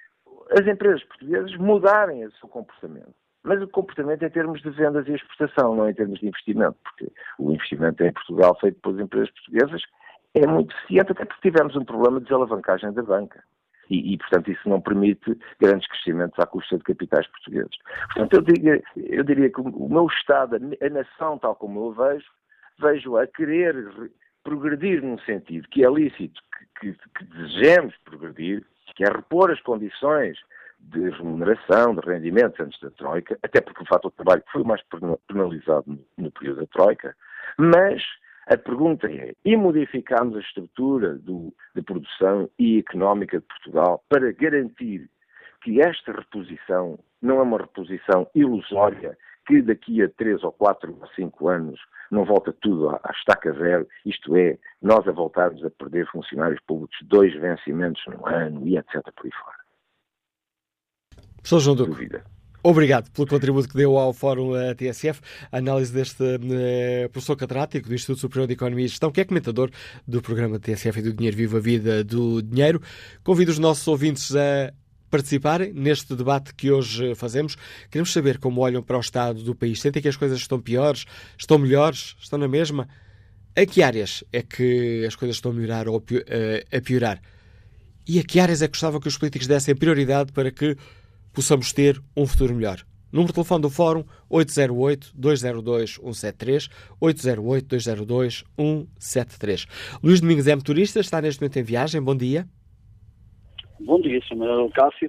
as empresas portuguesas mudarem o seu comportamento. Mas o comportamento em termos de vendas e exportação, não em termos de investimento, porque o investimento em Portugal feito pelas empresas portuguesas é muito eficiente, até porque tivemos um problema de desalavancagem da banca. E, e, portanto, isso não permite grandes crescimentos à custa de capitais portugueses. Portanto, eu diria, eu diria que o meu Estado, a nação, tal como eu a vejo, vejo a querer progredir num sentido que é lícito, que, que, que desejemos progredir, que é repor as condições de remuneração, de rendimentos antes da Troika, até porque o fator de trabalho foi mais penalizado no, no período da Troika, mas a pergunta é, e modificamos a estrutura do, de produção e económica de Portugal para garantir que esta reposição não é uma reposição ilusória, que daqui a três ou quatro ou cinco anos não volta tudo à, à estaca zero, isto é, nós a voltarmos a perder funcionários públicos, dois vencimentos no ano e etcétera por aí fora. Professor João Duque, Dúvida. Obrigado pelo contributo que deu ao Fórum T S F, a análise deste eh, professor catedrático do Instituto Superior de Economia e Gestão, que é comentador do programa T S F e do Dinheiro Viva a Vida do Dinheiro. Convido os nossos ouvintes a participarem neste debate que hoje fazemos. Queremos saber como olham para o estado do país. Sentem que as coisas estão piores, estão melhores, estão na mesma? A que áreas é que as coisas estão a melhorar ou a piorar? E a que áreas é que gostavam que os políticos dessem prioridade para que possamos ter um futuro melhor? Número de telefone do Fórum oito zero oito, dois zero dois, um sete três, oito zero oito, dois zero dois, um sete três. Luís Domingos é motorista, está neste momento em viagem. Bom dia. Bom dia, senhor Cássio.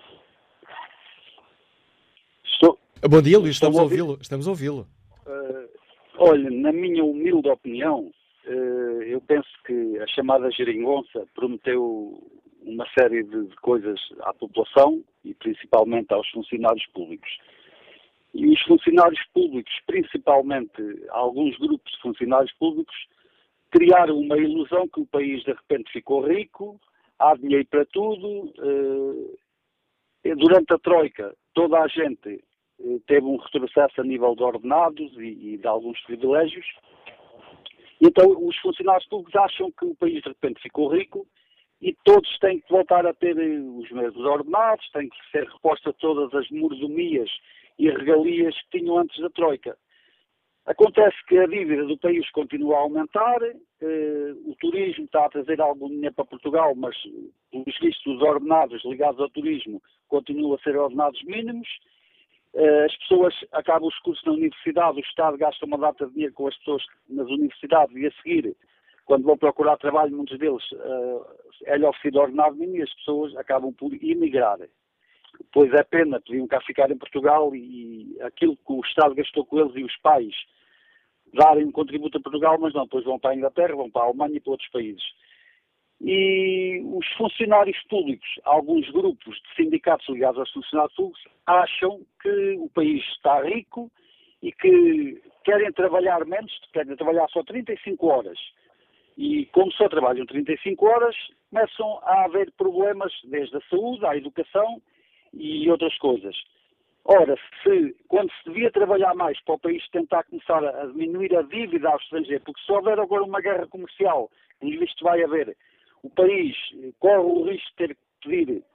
Estou... Bom dia, Luís, estamos a ouvi-lo. Estamos a ouvi-lo. Uh, olha, na minha humilde opinião, uh, eu penso que a chamada geringonça prometeu uma série de, de coisas à população e principalmente aos funcionários públicos. E os funcionários públicos, principalmente alguns grupos de funcionários públicos, criaram uma ilusão que o país de repente ficou rico, há dinheiro para tudo. Durante a Troika, toda a gente teve um retrocesso a nível de ordenados e, e de alguns privilégios. Então, os funcionários públicos acham que o país de repente ficou rico e todos têm que voltar a ter os mesmos ordenados, têm que ser repostas todas as mordomias e regalias que tinham antes da Troika. Acontece que a dívida do país continua a aumentar, eh, o turismo está a trazer algum dinheiro para Portugal, mas pelos vistos os ordenados ligados ao turismo continuam a ser ordenados mínimos, eh, as pessoas acabam os cursos na universidade, o Estado gasta uma data de dinheiro com as pessoas nas universidades e a seguir, quando vão procurar trabalho, muitos deles eh, é-lhe oferecido ordenado mínimo e as pessoas acabam por emigrar. Pois é pena, podiam cá ficar em Portugal e aquilo que o Estado gastou com eles e os pais darem um contributo a Portugal, mas não, depois vão para a Inglaterra, vão para a Alemanha e para outros países. E os funcionários públicos, alguns grupos de sindicatos ligados aos funcionários públicos, acham que o país está rico e que querem trabalhar menos, querem trabalhar só trinta e cinco horas. E como só trabalham trinta e cinco horas, começam a haver problemas desde a saúde, à educação e outras coisas. Ora, se, quando se devia trabalhar mais para o país tentar começar a diminuir a dívida ao estrangeiro, porque se houver agora uma guerra comercial, pelo visto vai haver, o país corre o risco de ter que pedir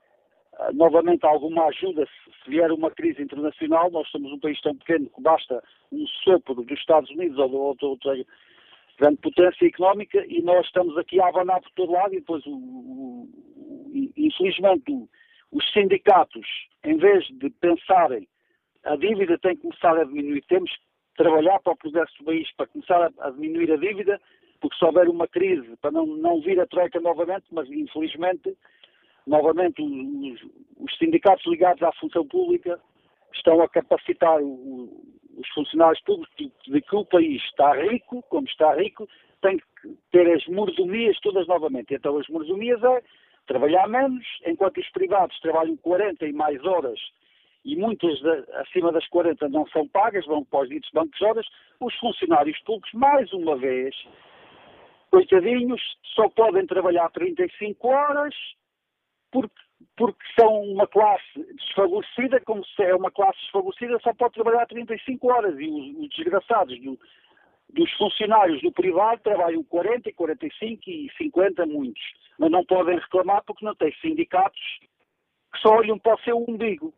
novamente alguma ajuda se vier uma crise internacional. Nós somos um país tão pequeno que basta um sopro dos Estados Unidos ou de outra grande potência económica e nós estamos aqui a abanar por todo lado e depois, o, o, infelizmente, o, os sindicatos, em vez de pensarem a dívida tem que começar a diminuir, temos que trabalhar para o progresso do país, para começar a, a diminuir a dívida, porque se houver uma crise, para não, não vir a troika novamente, mas infelizmente, novamente os, os sindicatos ligados à função pública estão a capacitar o, os funcionários públicos de, de que o país está rico, como está rico, tem que ter as mordomias todas novamente. Então as mordomias é trabalhar menos, enquanto os privados trabalham quarenta e mais horas e muitas de, acima das quarenta não são pagas, vão para os ditos bancos de horas, os funcionários públicos, mais uma vez, coitadinhos, só podem trabalhar trinta e cinco horas porque, porque são uma classe desfavorecida, como se é uma classe desfavorecida, só pode trabalhar trinta e cinco horas e os, os desgraçados do, dos funcionários do privado trabalham quarenta, quarenta e cinco e cinquenta muitos, mas não podem reclamar porque não têm sindicatos que só olham para o seu umbigo.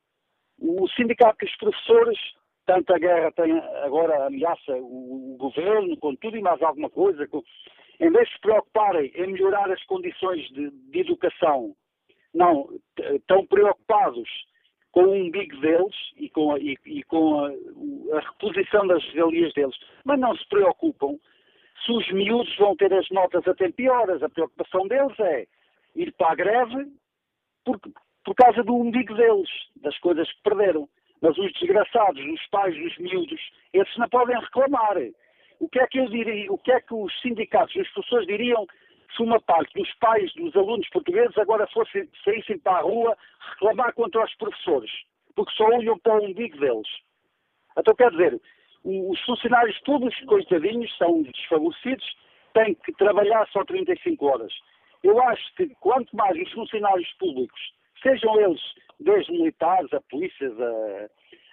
O sindicato dos professores, tanta guerra tem agora, ameaça o, o governo com tudo e mais alguma coisa, com, em vez de se preocuparem em melhorar as condições de, de educação, não, estão preocupados com o umbigo deles e com, a, e, e com a, a reposição das regalias deles, mas não se preocupam se os miúdos vão ter as notas até pioras. A preocupação deles é ir para a greve porque, por causa do umbigo deles, das coisas que perderam. Mas os desgraçados, os pais dos miúdos, esses não podem reclamar. O que é que eu diria, o que é que os sindicatos, as pessoas diriam se uma parte dos pais dos alunos portugueses agora fossem, saíssem para a rua reclamar contra os professores, porque só olham para o umbigo deles? Então, quer dizer, os funcionários públicos, coitadinhos, são desfavorecidos, têm que trabalhar só trinta e cinco horas. Eu acho que quanto mais os funcionários públicos, sejam eles desde militares, a polícias, a,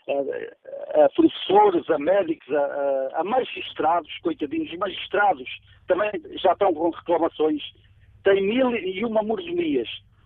a, a professores, a médicos, a, a magistrados, coitadinhos, magistrados também já estão com reclamações, têm mil e uma mordomias,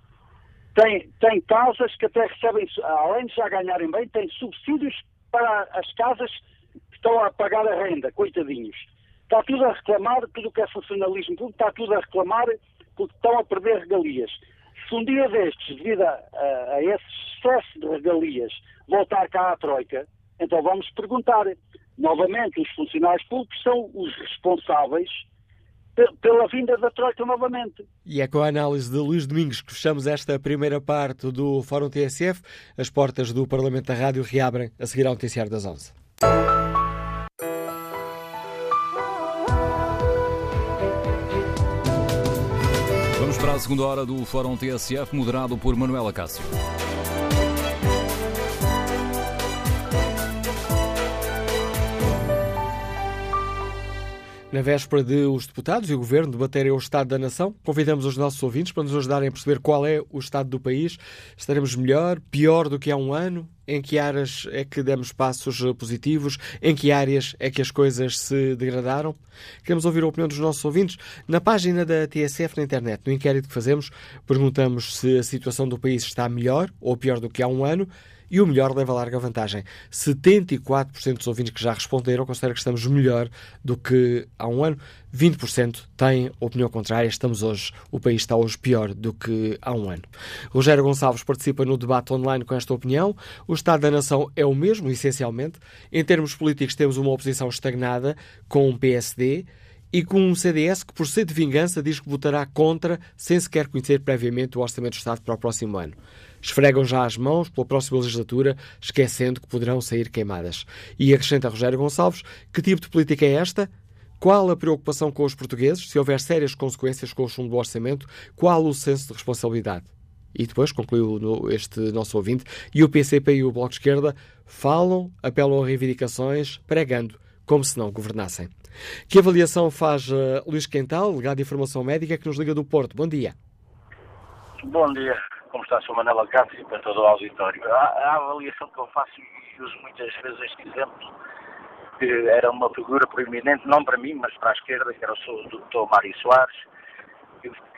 tem, tem casas que até recebem, além de já ganharem bem, têm subsídios para as casas que estão a pagar a renda, coitadinhos. Está tudo a reclamar, tudo o que é funcionalismo público, está tudo a reclamar porque estão a perder regalias. Se um dia destes, devido a, a, a esse excesso de regalias, voltar cá à Troika, então vamos perguntar. Novamente, os funcionários públicos são os responsáveis pe- pela vinda da Troika novamente. E é com a análise de Luís Domingos que fechamos esta primeira parte do Fórum T S F. As portas do Parlamento da Rádio reabrem a seguir ao noticiário das onze. Vamos para a segunda hora do Fórum T S F, moderado por Manuela Cássio. Na véspera de os deputados e o Governo debaterem o Estado da Nação, convidamos os nossos ouvintes para nos ajudarem a perceber qual é o estado do país. Estaremos melhor, pior do que há um ano? Em que áreas é que demos passos positivos? Em que áreas é que as coisas se degradaram? Queremos ouvir a opinião dos nossos ouvintes. Na página da T S F na internet, no inquérito que fazemos, perguntamos se a situação do país está melhor ou pior do que há um ano. E o melhor leva larga vantagem. setenta e quatro por cento dos ouvintes que já responderam consideram que estamos melhor do que há um ano. vinte por cento têm opinião contrária. Estamos hoje, o país está hoje pior do que há um ano. Rogério Gonçalves participa no debate online com esta opinião. O Estado da Nação é o mesmo, essencialmente. Em termos políticos temos uma oposição estagnada com um P S D e com um C D S que, por sede de vingança, diz que votará contra sem sequer conhecer previamente o Orçamento do Estado para o próximo ano. Esfregam já as mãos pela próxima legislatura, esquecendo que poderão sair queimadas. E acrescenta Rogério Gonçalves, que tipo de política é esta? Qual a preocupação com os portugueses? Se houver sérias consequências com o chumbo do orçamento, qual o senso de responsabilidade? E depois, concluiu este nosso ouvinte, e o P C P e o Bloco de Esquerda falam, apelam a reivindicações, pregando, como se não governassem. Que avaliação faz uh, Luís Quental, delegado de Informação Médica, que nos liga do Porto? Bom dia. Bom dia. Como está, sou Manuela Cássio e para todo o auditório. A, a avaliação que eu faço, e uso muitas vezes este exemplo, que era uma figura proeminente, não para mim, mas para a esquerda, que era o doutor Mário Soares, que,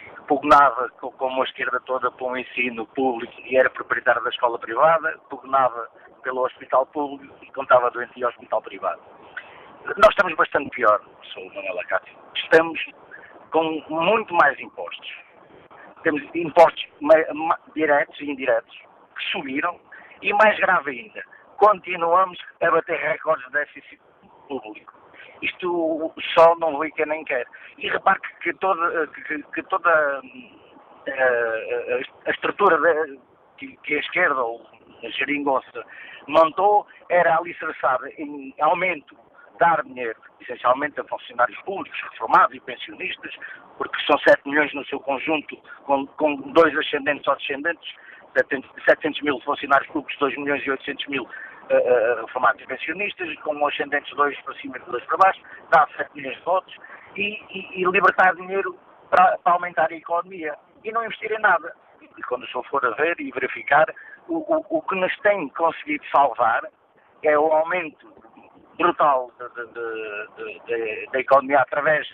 pugnava como a esquerda toda para um ensino público e era proprietário da escola privada, pugnava pelo hospital público e contava doente ao hospital privado. Nós estamos bastante pior, sou Manuel Acácio. Estamos com muito mais impostos. Temos impostos diretos e indiretos que subiram e, mais grave ainda, continuamos a bater recordes de déficit público. Isto o sol não vê quem nem quer. E repare que toda, que, que toda a, a, a estrutura de, que, que a esquerda ou a geringonça montou era alicerçada em aumento, dar dinheiro, essencialmente a funcionários públicos, reformados e pensionistas, porque são sete milhões no seu conjunto, com, com dois ascendentes ou descendentes, setecentos mil funcionários públicos, dois milhões e oitocentos mil uh, reformados e pensionistas, com ascendentes dois para cima e dois para baixo, dá sete milhões de votos, e, e, e libertar dinheiro para, para aumentar a economia e não investir em nada. E quando o senhor for a ver e verificar, o, o, o que nos tem conseguido salvar é o aumento brutal da economia através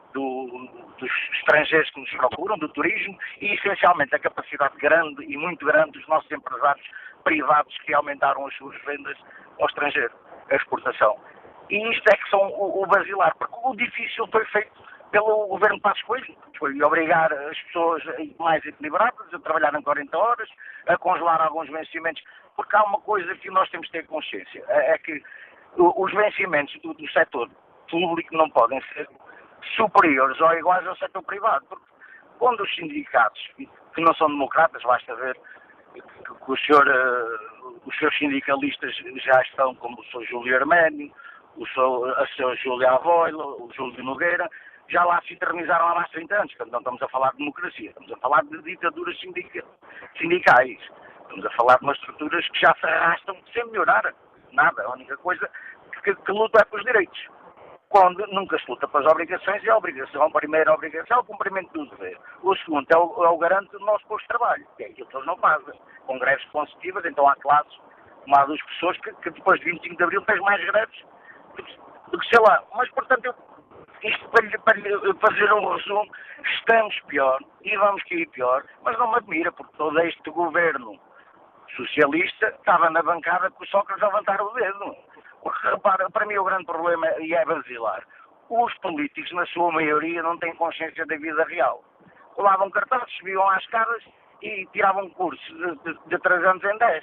do, dos estrangeiros que nos procuram, do turismo, e essencialmente a capacidade grande e muito grande dos nossos empresários privados que aumentaram as suas vendas ao estrangeiro, a exportação. E isto é que são o, o basilar, porque o difícil foi feito pelo governo de Passos Coelho, foi obrigar as pessoas mais equilibradas a trabalharem quarenta horas, a congelar alguns vencimentos, porque há uma coisa que nós temos que ter consciência, é que os vencimentos do, do setor público não podem ser superiores ou iguais ao setor privado, porque quando os sindicatos, que não são democratas, basta ver que, que o senhor, uh, os seus sindicalistas já estão, como o senhor Júlio Arménio, o senhor, a senhora Júlia Avoila, o Júlio Nogueira, já lá se eternizaram há mais de trinta anos, portanto não estamos a falar de democracia, estamos a falar de ditaduras sindica, sindicais, estamos a falar de umas estruturas que já se arrastam sem melhorar nada, a única coisa que, que luta é pelos direitos, quando nunca se luta pelas obrigações, e a obrigação, a primeira obrigação é o cumprimento do dever, o segundo é o, é o garante do nosso posto de trabalho, que é aquilo que eles não fazem, com greves consecutivas, então há classes, uma das pessoas que, que depois de vinte e cinco de Abril fez mais greves do que, do que sei lá, mas portanto eu isto para, para fazer um resumo, estamos pior e vamos cair pior, mas não me admira, porque todo este governo socialista estava na bancada com o Sócrates a levantar o dedo. Porque, repara, para mim o grande problema, e é basilar, os políticos, na sua maioria, não têm consciência da vida real. Colavam cartazes, subiam às escadas e tiravam cursos de, de, de três anos em dez.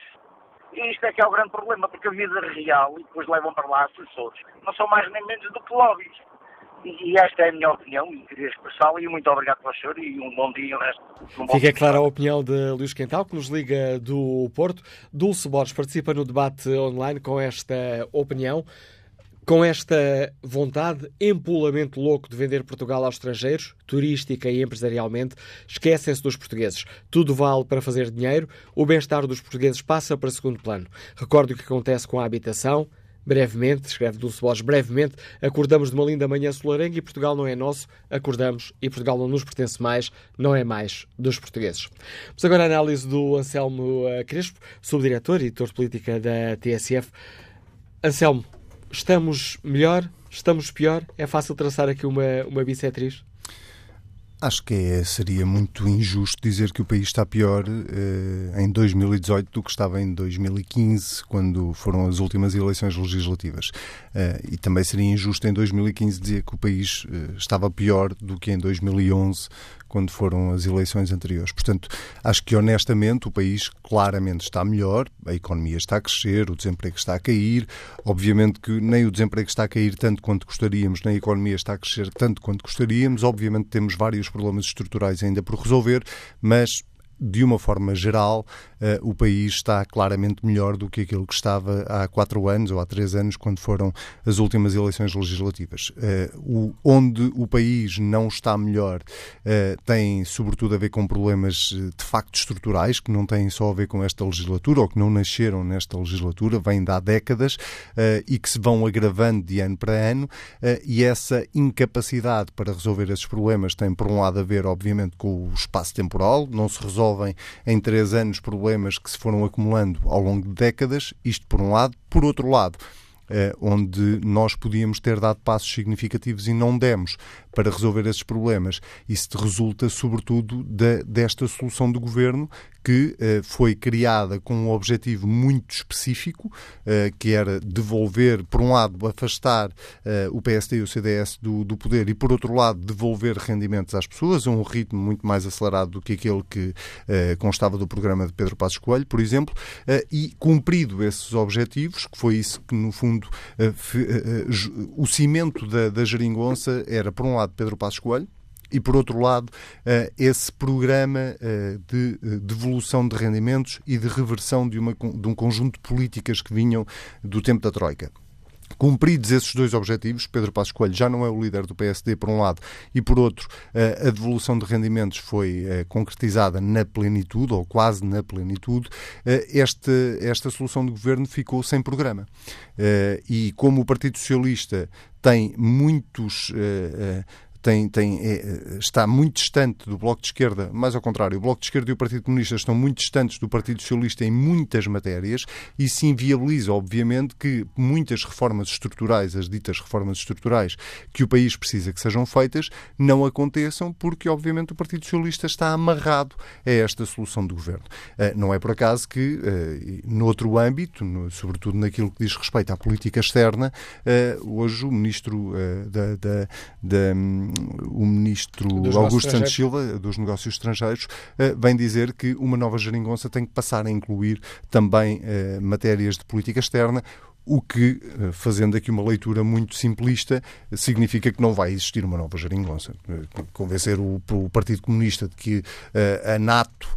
E isto é que é o grande problema, porque a vida real, e depois levam para lá assessores, não são mais nem menos do que lobbies. E esta é a minha opinião, e queria expressá-la, e muito obrigado para o senhor, e um bom dia e o resto. Um Fica clara a opinião de Luís Quental, que nos liga do Porto. Dulce Borges participa no debate online com esta opinião, com esta vontade, empolamento louco de vender Portugal aos estrangeiros, turística e empresarialmente, esquecem-se dos portugueses. Tudo vale para fazer dinheiro, o bem-estar dos portugueses passa para segundo plano. Recordo o que acontece com a habitação. Brevemente, escreve Dulce Borges, brevemente, acordamos de uma linda manhã solarenga e Portugal não é nosso, acordamos e Portugal não nos pertence mais, não é mais dos portugueses. Mas agora a análise do Anselmo Crespo, subdiretor e editor de política da T S F. Anselmo, estamos melhor? Estamos pior? É fácil traçar aqui uma, uma bissetriz? Acho que é, seria muito injusto dizer que o país está pior eh, em dois mil e dezoito do que estava em dois mil e quinze, quando foram as últimas eleições legislativas. Eh, e também seria injusto em dois mil e quinze dizer que o país eh, estava pior do que em dois mil e onze, quando foram as eleições anteriores. Portanto, acho que honestamente o país claramente está melhor, a economia está a crescer, o desemprego está a cair. Obviamente que nem o desemprego está a cair tanto quanto gostaríamos, nem a economia está a crescer tanto quanto gostaríamos. Obviamente temos vários problemas estruturais ainda por resolver, mas de uma forma geral, uh, o país está claramente melhor do que aquilo que estava há quatro anos ou há três anos, quando foram as últimas eleições legislativas. Uh, o, onde o país não está melhor uh, tem, sobretudo, a ver com problemas de facto estruturais, que não têm só a ver com esta legislatura, ou que não nasceram nesta legislatura, vêm de há décadas, uh, e que se vão agravando de ano para ano, uh, e essa incapacidade para resolver esses problemas tem, por um lado, a ver, obviamente, com o espaço temporal, não se resolve em três anos problemas que se foram acumulando ao longo de décadas, isto por um lado. Por outro lado, eh, onde nós podíamos ter dado passos significativos e não demos para resolver esses problemas. Isso resulta, sobretudo, da, desta solução do governo que uh, foi criada com um objetivo muito específico, uh, que era devolver, por um lado, afastar uh, o P S D e o C D S do, do poder e, por outro lado, devolver rendimentos às pessoas a um ritmo muito mais acelerado do que aquele que uh, constava do programa de Pedro Passos Coelho, por exemplo, uh, e cumprido esses objetivos, que foi isso que, no fundo, uh, f, uh, uh, o cimento da, da geringonça era, por um lado, Pedro Passos Coelho, e, por outro lado, esse programa de devolução de rendimentos e de reversão de, uma, de um conjunto de políticas que vinham do tempo da Troika. Cumpridos esses dois objetivos, Pedro Passos Coelho já não é o líder do P S D, por um lado, e, por outro, a devolução de rendimentos foi concretizada na plenitude, ou quase na plenitude. Esta, esta solução de governo ficou sem programa. E como o Partido Socialista tem muitos... Tem, tem, é, está muito distante do Bloco de Esquerda, mais ao contrário, o Bloco de Esquerda e o Partido Comunista estão muito distantes do Partido Socialista em muitas matérias, e isso inviabiliza, obviamente, que muitas reformas estruturais, as ditas reformas estruturais que o país precisa que sejam feitas, não aconteçam, porque, obviamente, o Partido Socialista está amarrado a esta solução do governo. Não é por acaso que, noutro âmbito, sobretudo naquilo que diz respeito à política externa, hoje o Ministro da... da, da o Ministro Augusto Santos Silva, dos Negócios Estrangeiros, vem dizer que uma nova geringonça tem que passar a incluir também matérias de política externa, o que, fazendo aqui uma leitura muito simplista, significa que não vai existir uma nova geringonça. Convencer o, o Partido Comunista de que a NATO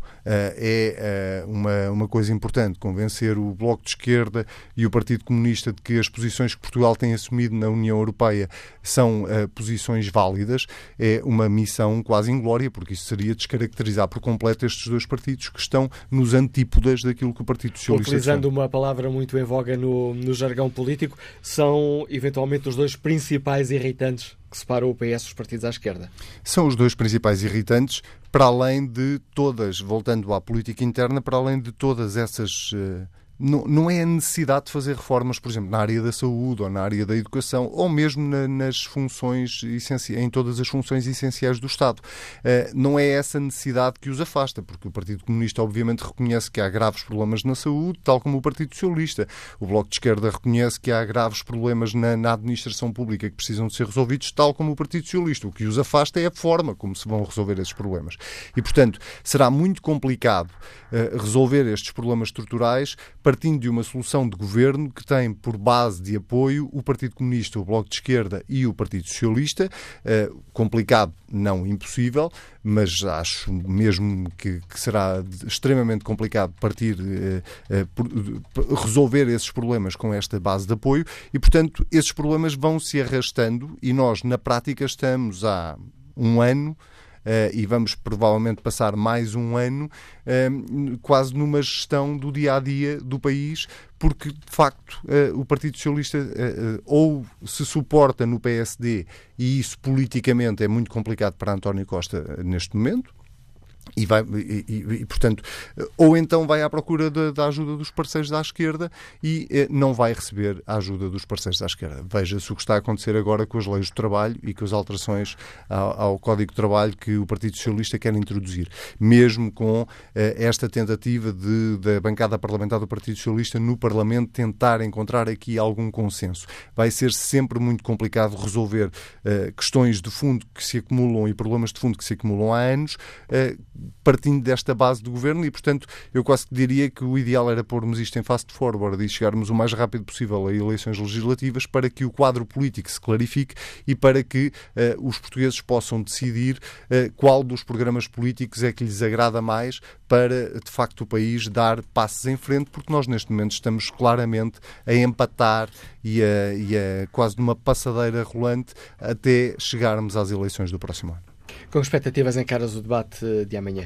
é uma, uma coisa importante, convencer o Bloco de Esquerda e o Partido Comunista de que as posições que Portugal tem assumido na União Europeia são uh, posições válidas, é uma missão quase inglória, porque isso seria descaracterizar por completo estes dois partidos que estão nos antípodas daquilo que o Partido Socialista... Utilizando uma palavra muito em voga no, no jargão político, são eventualmente os dois principais irritantes que separam o P S dos partidos à esquerda. São os dois principais irritantes, para além de todas, voltando à política interna, para além de todas essas... Uh, não, não é a necessidade de fazer reformas, por exemplo, na área da saúde ou na área da educação, ou mesmo na, nas funções essenciais, em todas as funções essenciais do Estado. Uh, não é essa necessidade que os afasta, porque o Partido Comunista obviamente reconhece que há graves problemas na saúde, tal como o Partido Socialista. O Bloco de Esquerda reconhece que há graves problemas na, na administração pública que precisam de ser resolvidos, tal como o Partido Socialista. O que os afasta é a forma como se vão resolver esses problemas. E, portanto, será muito complicado uh, resolver estes problemas estruturais partindo de uma solução de governo que tem por base de apoio o Partido Comunista, o Bloco de Esquerda e o Partido Socialista. Uh, complicado, não impossível, mas acho mesmo que, que será extremamente complicado partir, uh, uh, por, resolver esses problemas com esta base de apoio e, portanto, esses problemas vão se arrastando e nós, na prática, estamos há um ano Uh, e vamos provavelmente passar mais um ano uh, quase numa gestão do dia-a-dia do país, porque, de facto, uh, o Partido Socialista uh, uh, ou se suporta no P S D, e isso politicamente é muito complicado para António Costa uh, neste momento, E, vai, e, e, e, portanto, ou então vai à procura da, da ajuda dos parceiros da esquerda e eh, não vai receber a ajuda dos parceiros da esquerda. Veja-se o que está a acontecer agora com as leis do trabalho e com as alterações ao, ao Código de Trabalho que o Partido Socialista quer introduzir. Mesmo com eh, esta tentativa de, da bancada parlamentar do Partido Socialista no Parlamento tentar encontrar aqui algum consenso. Vai ser sempre muito complicado resolver eh, questões de fundo que se acumulam e problemas de fundo que se acumulam há anos, eh, partindo desta base do governo e, portanto, eu quase que diria que o ideal era pormos isto em fast forward e chegarmos o mais rápido possível a eleições legislativas para que o quadro político se clarifique e para que uh, os portugueses possam decidir uh, qual dos programas políticos é que lhes agrada mais para, de facto, o país dar passos em frente, porque nós, neste momento, estamos claramente a empatar e a, e a quase numa passadeira rolante até chegarmos às eleições do próximo ano. Com expectativas encaras o debate de amanhã?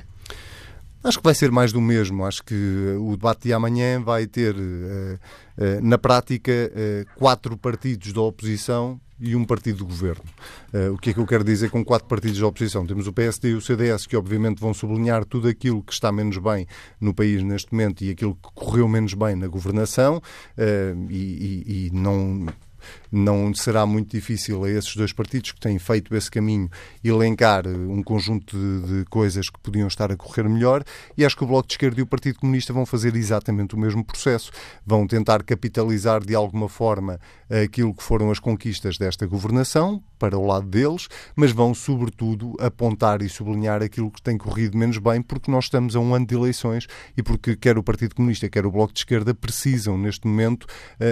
Acho que vai ser mais do mesmo. Acho que o debate de amanhã vai ter, na prática, quatro partidos da oposição e um partido do governo. O que é que eu quero dizer com quatro partidos da oposição? Temos o P S D e o C D S, que obviamente vão sublinhar tudo aquilo que está menos bem no país neste momento e aquilo que correu menos bem na governação e, e, e não... não será muito difícil a esses dois partidos que têm feito esse caminho elencar um conjunto de, de coisas que podiam estar a correr melhor, e acho que o Bloco de Esquerda e o Partido Comunista vão fazer exatamente o mesmo processo. Vão tentar capitalizar de alguma forma aquilo que foram as conquistas desta governação para o lado deles, mas vão sobretudo apontar e sublinhar aquilo que tem corrido menos bem, porque nós estamos a um ano de eleições e porque quer o Partido Comunista, quer o Bloco de Esquerda precisam neste momento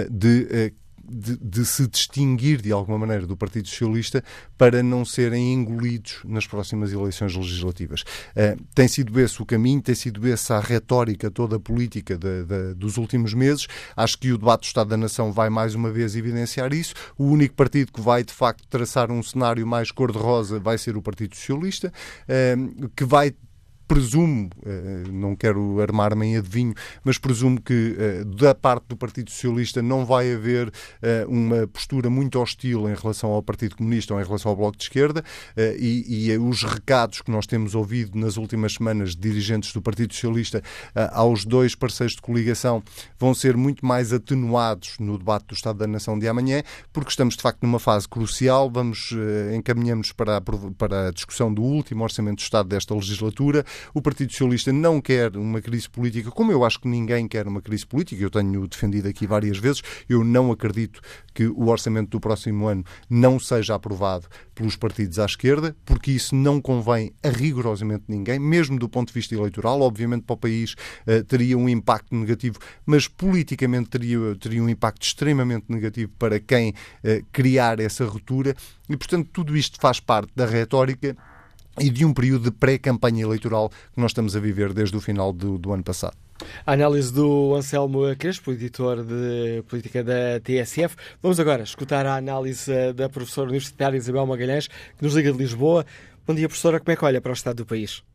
de De, de se distinguir de alguma maneira do Partido Socialista para não serem engolidos nas próximas eleições legislativas. Uh, tem sido esse o caminho, tem sido essa a retórica toda a política de, de, dos últimos meses. Acho que o debate do Estado da Nação vai mais uma vez evidenciar isso. O único partido que vai de facto traçar um cenário mais cor-de-rosa vai ser o Partido Socialista, uh, que vai, presumo, não quero armar-me em adivinho, mas presumo que da parte do Partido Socialista não vai haver uma postura muito hostil em relação ao Partido Comunista ou em relação ao Bloco de Esquerda, e, e os recados que nós temos ouvido nas últimas semanas de dirigentes do Partido Socialista aos dois parceiros de coligação vão ser muito mais atenuados no debate do Estado da Nação de amanhã, porque estamos de facto numa fase crucial. Vamos, encaminhamos para a, para a discussão do último Orçamento de Estado desta legislatura. O Partido Socialista não quer uma crise política, como eu acho que ninguém quer uma crise política. Eu tenho defendido aqui várias vezes. Eu não acredito que o orçamento do próximo ano não seja aprovado pelos partidos à esquerda, porque isso não convém a rigorosamente ninguém, mesmo do ponto de vista eleitoral. Obviamente para o país uh, teria um impacto negativo, mas politicamente teria, teria um impacto extremamente negativo para quem uh, criar essa ruptura. E, portanto, tudo isto faz parte da retórica e de um período de pré-campanha eleitoral que nós estamos a viver desde o final do, do ano passado. A análise do Anselmo Crespo, editor de política da T S F. Vamos agora escutar a análise da professora universitária Isabel Magalhães, que nos liga de Lisboa. Bom dia, professora. Como é que olha para o estado do país?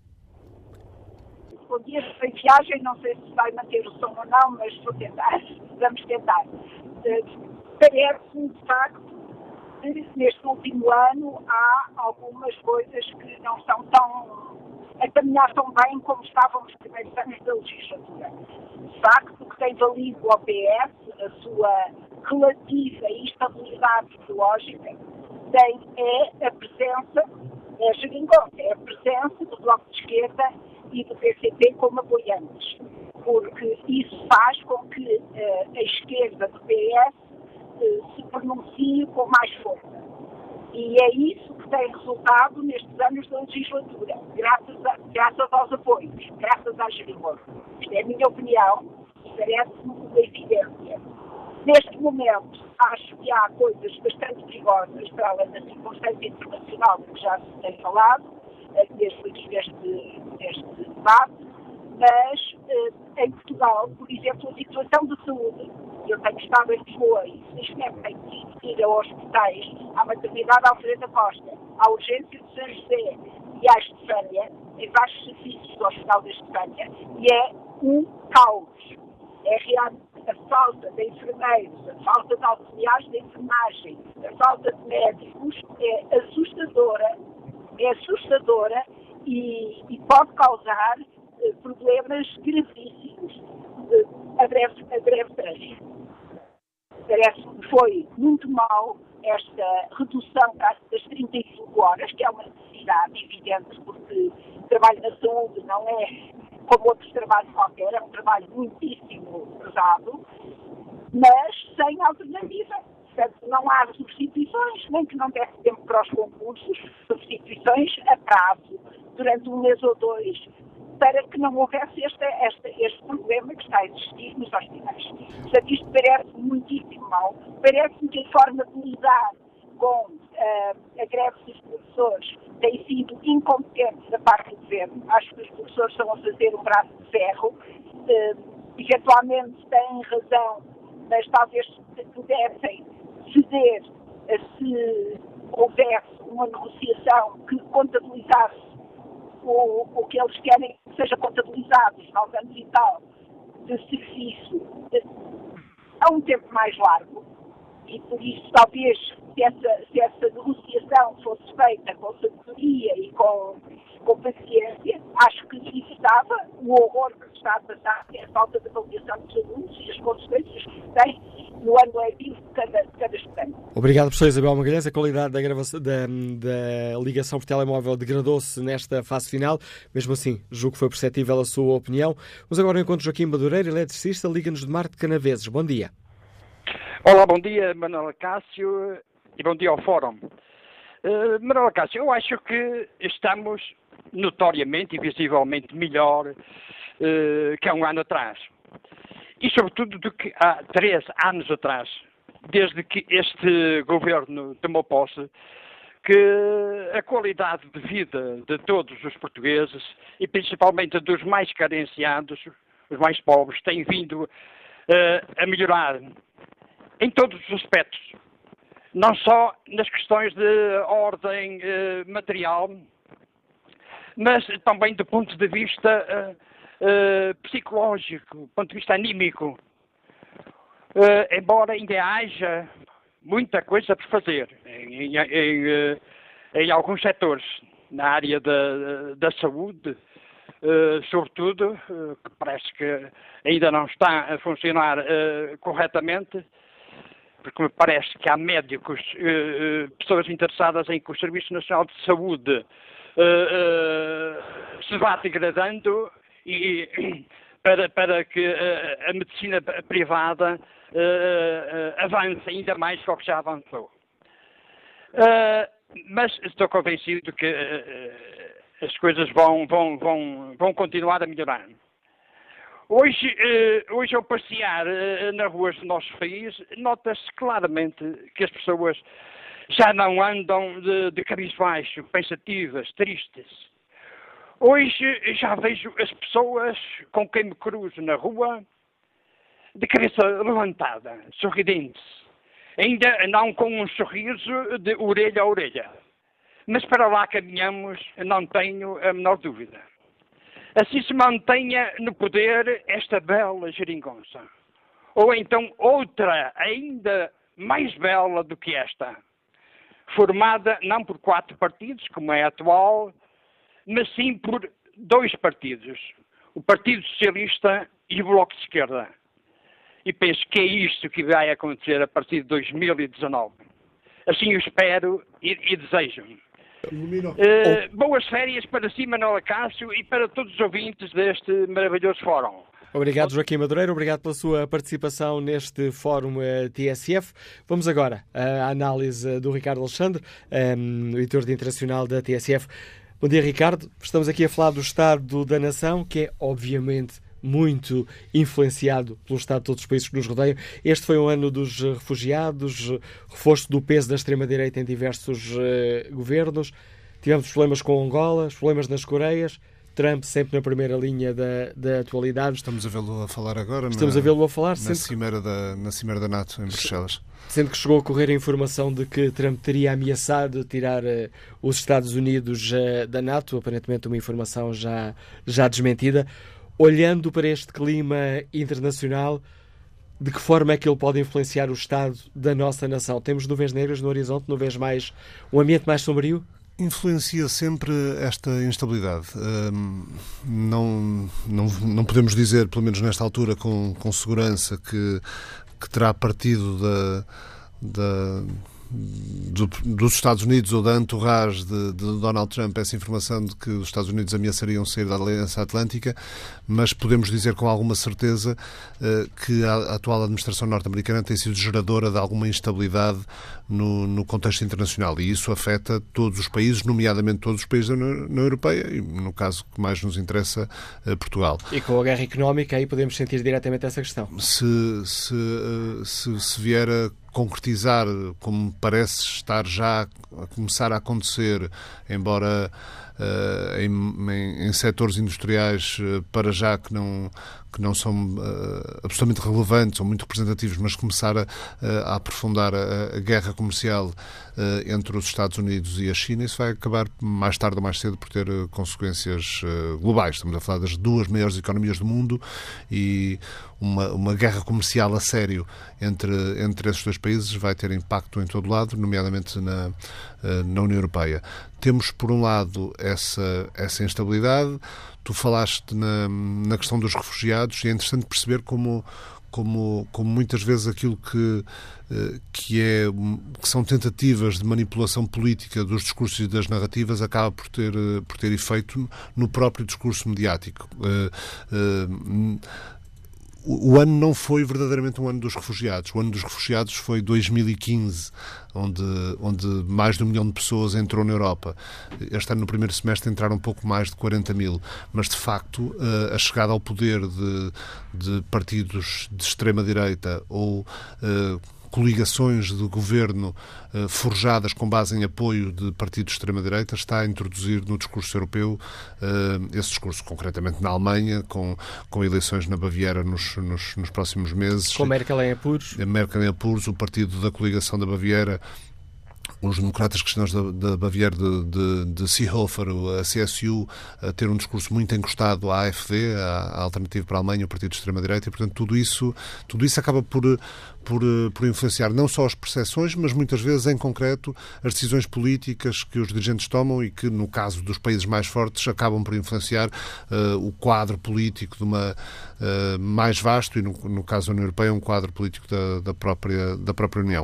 Bom dia, estou em viagem, não sei se vai manter o som ou não, mas vou tentar. Vamos tentar. Parece-me, de facto, neste último ano há algumas coisas que não estão tão a caminhar tão bem como estavam nos primeiros anos da legislatura. De facto, o que tem valido ao P S, a sua relativa instabilidade ideológica, tem, é a presença, é a geringonça, é a presença do Bloco de Esquerda e do P C P como apoiantes, porque isso faz com que uh, a esquerda do P S uh, se pronuncie com mais força. E é isso que tem resultado nestes anos da legislatura, graças, a, graças aos apoios, graças à geringonça. Isto é a minha opinião, parece-me uma evidência. Neste momento, acho que há coisas bastante perigosas para além da circunstância internacional que já se tem falado, desde aqui neste, neste debate, mas eh, em Portugal, por exemplo, a situação de saúde. Eu tenho estado em Lisboa e felizmente tenho ido a hospitais, à maternidade Alfredo da Costa, à urgência de São José e à Estefânia, em vários serviços do Hospital da Estefânia, e é um caos. É realmente a falta de enfermeiros, a falta de auxiliares de enfermagem, a falta de médicos é assustadora, é assustadora e, e pode causar eh, problemas gravíssimos eh, a breve, a breve trecho. Parece que foi muito mal esta redução das trinta e cinco horas, que é uma necessidade evidente, porque o trabalho na saúde não é como outros trabalhos qualquer, é um trabalho muitíssimo pesado, mas sem alternativa. Portanto, não há substituições, nem que não desse tempo para os concursos, substituições a prazo, durante um mês ou dois, para que não houvesse este, este, este problema que está a existir nos hospitais. Portanto, isto parece muitíssimo mal. Parece-me que a forma de lidar com uh, a greve dos professores tem sido incompetente da parte do governo. Acho que os professores estão a fazer um braço de ferro. Uh, eventualmente têm razão, mas talvez pudessem ceder se houvesse uma negociação que contabilizasse o, o que eles querem que seja contabilizado, os nove anos e tal, de serviço de, a um tempo mais largo. E por isso, talvez, se essa, se essa negociação fosse feita com sabedoria e com, com paciência, acho que isso estava o horror que está a passar, é a falta de avaliação dos alunos e as consequências que tem no ano letivo de cada, de cada estudante. Obrigado, professor Isabel Magalhães. A qualidade da, gravação, da, da ligação por telemóvel degradou-se nesta fase final. Mesmo assim, julgo que foi perceptível a sua opinião. Vamos agora ao encontro de Joaquim Madureira, eletricista, Liga-nos de Marte de Canaveses. Bom dia. Olá, bom dia, Manuel Cássio, e bom dia ao Fórum. Uh, Manuel Cássio, eu acho que estamos notoriamente e visivelmente melhor uh, que há um ano atrás. E sobretudo do que há três anos atrás, desde que este governo tomou posse, que a qualidade de vida de todos os portugueses, e principalmente dos mais carenciados, os mais pobres, tem vindo uh, a melhorar em todos os aspectos. Não só nas questões de ordem uh, material, mas também do ponto de vista uh, uh, psicológico, do ponto de vista anímico. Uh, embora ainda haja muita coisa por fazer em, em, em, uh, em alguns setores, na área da, da saúde, uh, sobretudo, uh, que parece que ainda não está a funcionar uh, corretamente, porque me parece que há médicos, uh, pessoas interessadas em que o Serviço Nacional de Saúde uh, uh, se vá degradando e para, para que uh, a medicina privada uh, uh, avance ainda mais do que já avançou. Uh, mas estou convencido que uh, as coisas vão, vão, vão, vão continuar a melhorar. Hoje, uh, hoje ao passear uh, nas ruas do nosso país, nota-se claramente que as pessoas já não andam de, de cabisbaixo, pensativas, tristes. Hoje já vejo as pessoas com quem me cruzo na rua de cabeça levantada, sorridentes, ainda não com um sorriso de orelha a orelha. Mas para lá caminhamos, não tenho a menor dúvida. Assim se mantenha no poder esta bela geringonça. Ou então outra ainda mais bela do que esta, formada não por quatro partidos, como é atual, mas sim por dois partidos, o Partido Socialista e o Bloco de Esquerda. E penso que é isto que vai acontecer a partir de dois mil e dezanove. Assim eu espero e, e desejo. Uh, boas férias para si, Manuel Cássio, e para todos os ouvintes deste maravilhoso fórum. Obrigado, Joaquim Madureira. Obrigado pela sua participação neste Fórum uh, T S F. Vamos agora à análise do Ricardo Alexandre, um, editor de internacional da T S F. Bom dia, Ricardo. Estamos aqui a falar do Estado da Nação, que é, obviamente, muito influenciado pelo Estado de todos os países que nos rodeiam. Este foi um ano dos refugiados, reforço do peso da extrema-direita em diversos uh, governos. Tivemos problemas com Angola, problemas nas Coreias. Trump sempre na primeira linha da, da atualidade. Estamos a vê-lo a falar agora. Estamos na, a vê-lo a falar. Na cimeira, da, na cimeira da NATO, em Bruxelas. Sendo que chegou a correr a informação de que Trump teria ameaçado tirar uh, os Estados Unidos uh, da NATO, aparentemente uma informação já, já desmentida. Olhando para este clima internacional, de que forma é que ele pode influenciar o Estado da nossa nação? Temos nuvens negras no horizonte, nuvens mais, um ambiente mais sombrio? Influencia sempre esta instabilidade. Um, não, não, não podemos dizer, pelo menos nesta altura, com, com segurança, que, que terá partido da, da, do, dos Estados Unidos ou da entourage de, de Donald Trump essa informação de que os Estados Unidos ameaçariam sair da Aliança Atlântica, mas podemos dizer com alguma certeza uh, que a atual administração norte-americana tem sido geradora de alguma instabilidade no, no contexto internacional, e isso afeta todos os países, nomeadamente todos os países da União Europeia, e no caso que mais nos interessa, uh, Portugal. E com a guerra económica aí podemos sentir diretamente essa questão. Se, se, uh, se, se vier a concretizar, como parece estar já a começar a acontecer, embora uh, em, em, em setores industriais uh, para já que não, que não são uh, absolutamente relevantes ou muito representativos, mas começar a, a aprofundar a, a guerra comercial uh, entre os Estados Unidos e a China, isso vai acabar mais tarde ou mais cedo por ter uh, consequências uh, globais. Estamos a falar das duas maiores economias do mundo e Uma, uma guerra comercial a sério entre, entre esses dois países vai ter impacto em todo lado, nomeadamente na, na União Europeia. Temos, por um lado, essa, essa instabilidade. Tu falaste na, na questão dos refugiados e é interessante perceber como, como, como muitas vezes aquilo que, que, é, que são tentativas de manipulação política dos discursos e das narrativas acaba por ter, por ter efeito no próprio discurso mediático. O ano não foi verdadeiramente um ano dos refugiados. O ano dos refugiados foi dois mil e quinze, onde, onde mais de um milhão de pessoas entrou na Europa. Este ano, no primeiro semestre, entraram um pouco mais de quarenta mil. Mas, de facto, a chegada ao poder de, de partidos de extrema-direita ou uh, coligações de governo uh, forjadas com base em apoio de partidos de extrema-direita está a introduzir no discurso europeu uh, esse discurso, concretamente na Alemanha, com, com eleições na Baviera nos, nos, nos próximos meses. Com Merkel em apuros. A Merkel em apuros, o partido da coligação da Baviera, os democratas cristãos da, da Baviera de, de, de Seehofer, a C S U, a ter um discurso muito encostado à A F D, à, à Alternativa para a Alemanha, o partido de extrema-direita, e, portanto, tudo isso, tudo isso acaba por, por, por influenciar não só as percepções, mas muitas vezes, em concreto, as decisões políticas que os dirigentes tomam e que, no caso dos países mais fortes, acabam por influenciar uh, o quadro político de uma uh, mais vasto e, no, no caso da União Europeia, um quadro político da, da, própria, da própria União.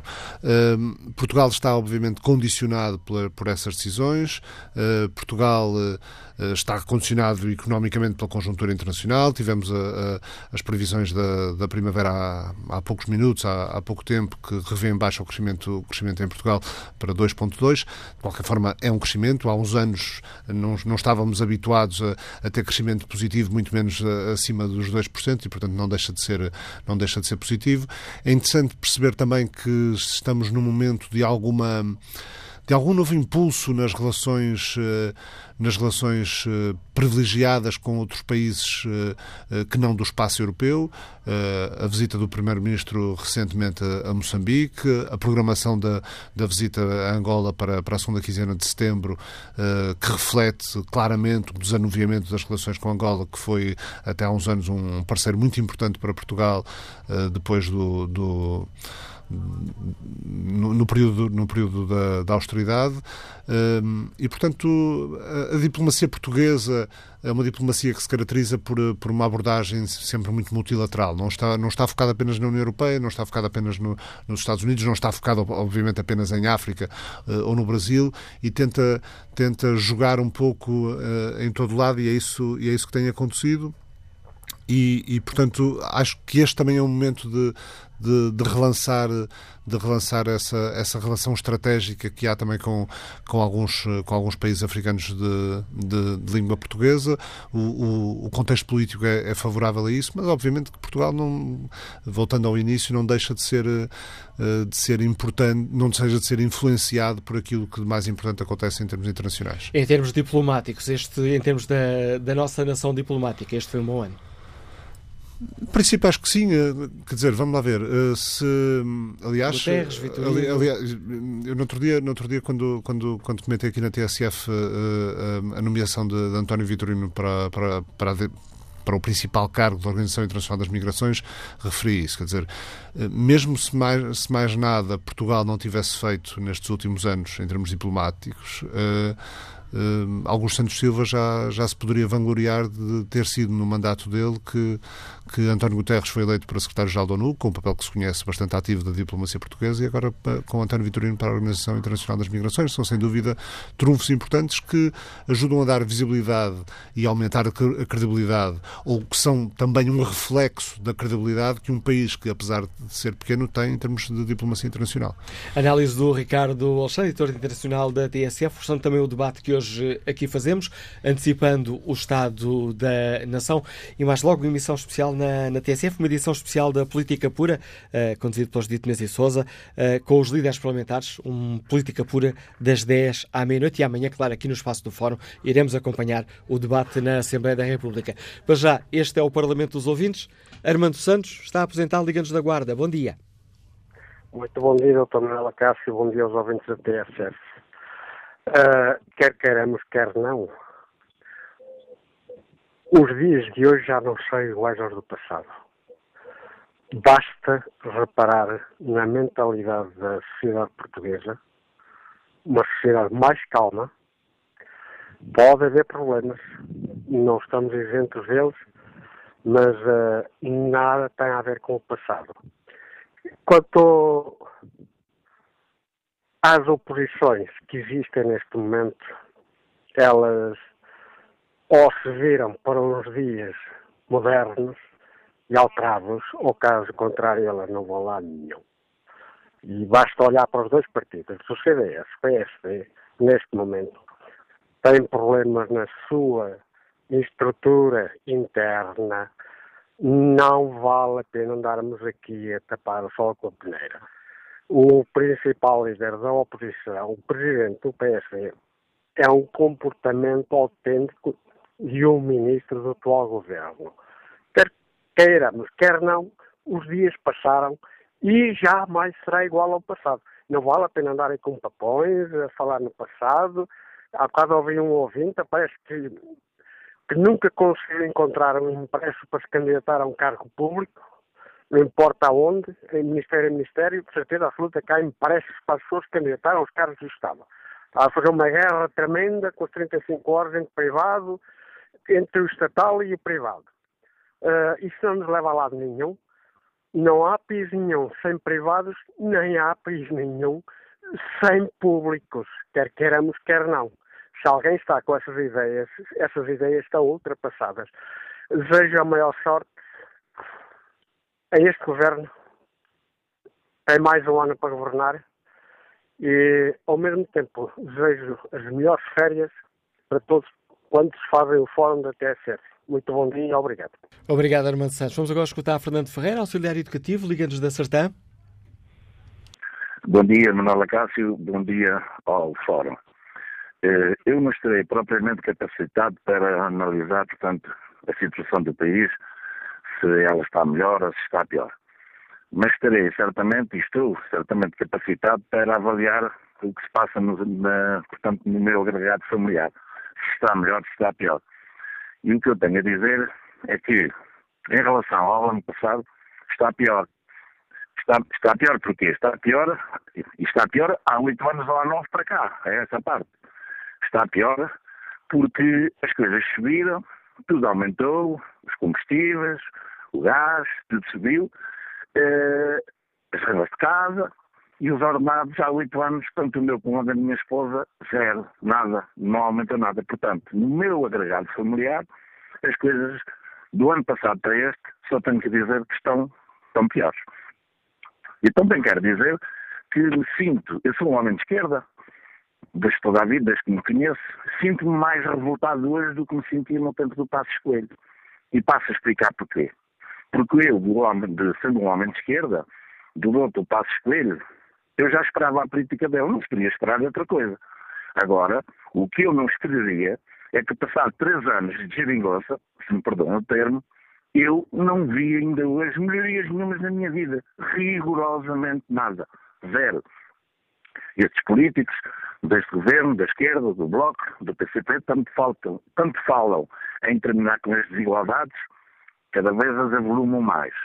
Uh, Portugal está, obviamente, condicionado por, por essas decisões. Uh, Portugal uh, está condicionado economicamente pela conjuntura internacional. Tivemos a, a, as previsões da, da primavera há, há poucos minutos, há, há pouco tempo, que revê em baixo o crescimento, o crescimento em Portugal para dois vírgula dois. De qualquer forma, é um crescimento. Há uns anos não, não estávamos habituados a, a ter crescimento positivo, muito menos a, acima dos dois por cento, e, portanto, não deixa de ser, não deixa de ser positivo. É interessante perceber também que estamos num momento de alguma de algum novo impulso nas relações, nas relações privilegiadas com outros países que não do espaço europeu. A visita do Primeiro-Ministro recentemente a Moçambique, a programação da, da visita a Angola para, para a segunda quinzena de setembro, que reflete claramente o desanuviamento das relações com Angola, que foi até há uns anos um parceiro muito importante para Portugal, depois do... do No, no período, no período da, da austeridade, um, e, portanto, a, a diplomacia portuguesa é uma diplomacia que se caracteriza por, por uma abordagem sempre muito multilateral. Não está, não está focada apenas na União Europeia, não está focada apenas no, nos Estados Unidos, não está focada, obviamente, apenas em África uh, ou no Brasil, e tenta, tenta jogar um pouco uh, em todo lado, e é isso, e é isso que tem acontecido. E, e, portanto, acho que este também é um momento de, de, de relançar, de relançar essa, essa relação estratégica que há também com, com, alguns, com alguns países africanos de, de, de língua portuguesa. O, o, o contexto político é, é favorável a isso, mas obviamente que Portugal, não, voltando ao início, não deixa de ser, de ser importante, não deixa de ser influenciado por aquilo que de mais importante acontece em termos internacionais. Em termos diplomáticos, este, em termos da, da nossa nação diplomática, este foi um bom ano? Em princípio, acho que sim. Quer dizer, vamos lá ver. Se, aliás, Guterres, ali, aliás, eu no outro dia, no outro dia quando, quando, quando comentei aqui na T S F a, a nomeação de, de António Vitorino para, para, para, para o principal cargo da Organização Internacional das Migrações, referi isso. Quer dizer, mesmo se mais, se mais nada Portugal não tivesse feito nestes últimos anos em termos diplomáticos, uh, Uh, Augusto Santos Silva já, já se poderia vangloriar de ter sido no mandato dele que, que António Guterres foi eleito para secretário-geral da ONU, com um papel que se conhece bastante ativo da diplomacia portuguesa, e agora com António Vitorino para a Organização Internacional das Migrações. São, sem dúvida, trunfos importantes que ajudam a dar visibilidade e aumentar a credibilidade, ou que são também um reflexo da credibilidade que um país que, apesar de ser pequeno, tem em termos de diplomacia internacional. Análise do Ricardo Alexandre, editor internacional da T S F, forçando também o debate que hoje aqui fazemos, antecipando o Estado da Nação, e mais logo uma emissão especial na, na T S F, uma edição especial da Política Pura, uh, conduzido pelo Judito Menezes e Sousa, uh, com os líderes parlamentares, um Política Pura das dez à meia-noite, e amanhã, claro, aqui no espaço do Fórum, iremos acompanhar o debate na Assembleia da República. Para já, este é o Parlamento dos Ouvintes. Armando Santos está aposentado, Liga-nos da Guarda. Bom dia. Muito bom dia, doutor Manuel Acácio, bom dia aos ouvintes da T S F. Uh, quer queiramos, quer não, os dias de hoje já não são iguais aos do passado. Basta reparar na mentalidade da sociedade portuguesa, uma sociedade mais calma. Pode haver problemas, não estamos isentos deles, mas uh, nada tem a ver com o passado. Quanto às oposições que existem neste momento, elas ou se viram para uns dias modernos e alterados, ou caso contrário, elas não vão lá nenhum. E basta olhar para os dois partidos, o C D S, o P S D, neste momento, têm problemas na sua estrutura interna. Não vale a pena andarmos aqui a tapar o sol com a peneira. O principal líder da oposição, o presidente do P S D, é um comportamento autêntico de um ministro do atual governo. Quer queiramos, quer não, os dias passaram e jamais será igual ao passado. Não vale a pena andarem com papões, a falar no passado. Há bocado ouvi um ouvinte, parece que, que nunca conseguiu encontrar um impresso para se candidatar a um cargo público, não importa aonde, em Ministério a Ministério, de certeza absoluta que há impressos para as pessoas candidatar aos cargos do Estado. Está a fazer uma guerra tremenda com as trinta e cinco horas entre o privado, entre o estatal e o privado. Uh, isso não nos leva a lado nenhum. Não há país nenhum sem privados, nem há país nenhum sem públicos, quer queiramos, quer não. Se alguém está com essas ideias, essas ideias estão ultrapassadas. Desejo a maior sorte a este governo. Tem mais um ano para governar e, ao mesmo tempo, desejo as melhores férias para todos quantos fazem o fórum da T S F. Muito bom dia e obrigado. Obrigado, Armando Santos. Vamos agora escutar Fernando Ferreira, auxiliar educativo, Liga-nos da Sertã. Bom dia, Manuela Cássio. Bom dia ao fórum. Eu não estarei propriamente capacitado para analisar, portanto, a situação do país, se ela está melhor ou se está pior. Mas estarei certamente, e estou certamente capacitado para avaliar o que se passa no, na, portanto, no meu agregado familiar. Se está melhor, se está pior. E o que eu tenho a dizer é que, em relação ao ano passado, está pior. Está, está pior porquê? Está pior, e está pior há oito anos ou há nove para cá, é essa parte. Está pior porque as coisas subiram, tudo aumentou, os combustíveis, o gás, tudo subiu, eh, as rendas de casa e os ordenados há oito anos, tanto o meu como o da minha esposa, zero, nada, não aumenta nada. Portanto, no meu agregado familiar, as coisas do ano passado para este, só tenho que dizer que estão, estão piores. E também quero dizer que me sinto, eu sou um homem de esquerda, desde toda a vida, desde que me conheço, sinto-me mais revoltado hoje do que me sentia no tempo do Passos Coelho. E passo a explicar porquê. Porque eu, do homem de, sendo um homem de esquerda, do doutor Passos Coelho, eu já esperava a política dele, não poderia esperar outra coisa. Agora, o que eu não esperaria é que, passado três anos de geringonça, se me perdoam o termo, eu não vi ainda hoje melhorias nenhumas na minha vida. Rigorosamente nada. Zero. Estes políticos deste governo, da esquerda, do Bloco, do P C P, tanto, faltam, tanto falam em terminar com as desigualdades, cada vez as avolumam mais.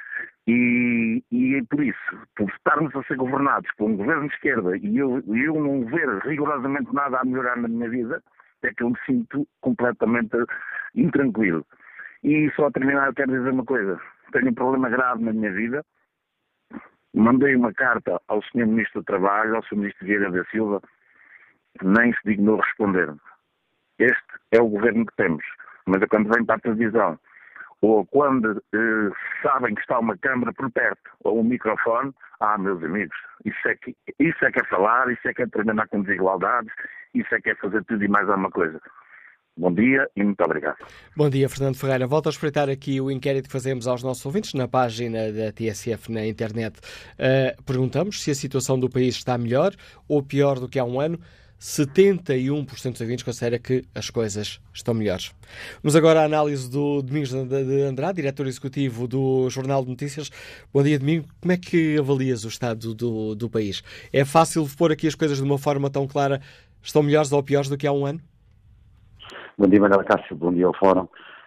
E, e por isso, por estarmos a ser governados por um governo de esquerda e eu, eu não ver rigorosamente nada a melhorar na minha vida, é que eu me sinto completamente intranquilo. E só a terminar eu quero dizer uma coisa. Tenho um problema grave na minha vida. Mandei uma carta ao senhor Ministro do Trabalho, ao senhor Ministro Vieira da Silva, nem se dignou responder-me. Este é o governo que temos. Mas é quando vem para a televisão, ou quando eh, sabem que está uma câmara por perto, ou um microfone, ah, meus amigos, isso é, que, isso é que é falar, isso é que é terminar com desigualdades, isso é que é fazer tudo e mais alguma coisa. Bom dia e muito obrigado. Bom dia, Fernando Ferreira. Volto a espreitar aqui o inquérito que fazemos aos nossos ouvintes na página da T S F na internet. Uh, perguntamos se a situação do país está melhor ou pior do que há um ano. setenta e um por cento dos ouvintes considera que as coisas estão melhores. Vamos agora à análise do Domingos de Andrade, diretor executivo do Jornal de Notícias. Bom dia, Domingo. Como é que avalias o estado do, do país? É fácil pôr aqui as coisas de uma forma tão clara? Estão melhores ou piores do que há um ano? Bom dia, Manuela Cássio. Bom dia ao Fórum.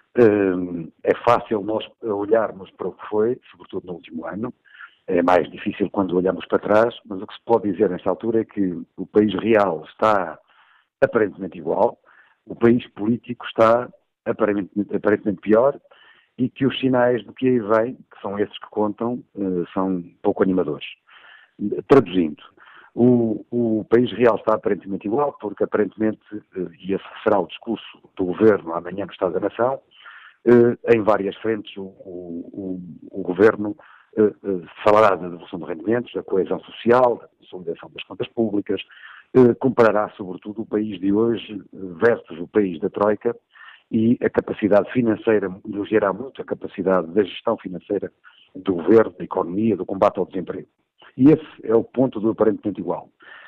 É fácil nós olharmos para o que foi, sobretudo no último ano. É mais difícil quando olhamos para trás, mas o que se pode dizer nesta altura é que o país real está aparentemente igual, o país político está aparentemente, aparentemente pior e que os sinais do que aí vem, que são esses que contam, são pouco animadores. Traduzindo, o, o país real está aparentemente igual, porque aparentemente, e esse será o discurso do Governo amanhã no Estado da Nação, em várias frentes o, o, o Governo falará da devolução de rendimentos, da coesão social, da consolidação das contas públicas, comparará sobretudo o país de hoje versus o país da Troika e a capacidade financeira, elogiará muito a capacidade da gestão financeira do Governo, da economia, do combate ao desemprego. E esse é o ponto do aparentemente igual.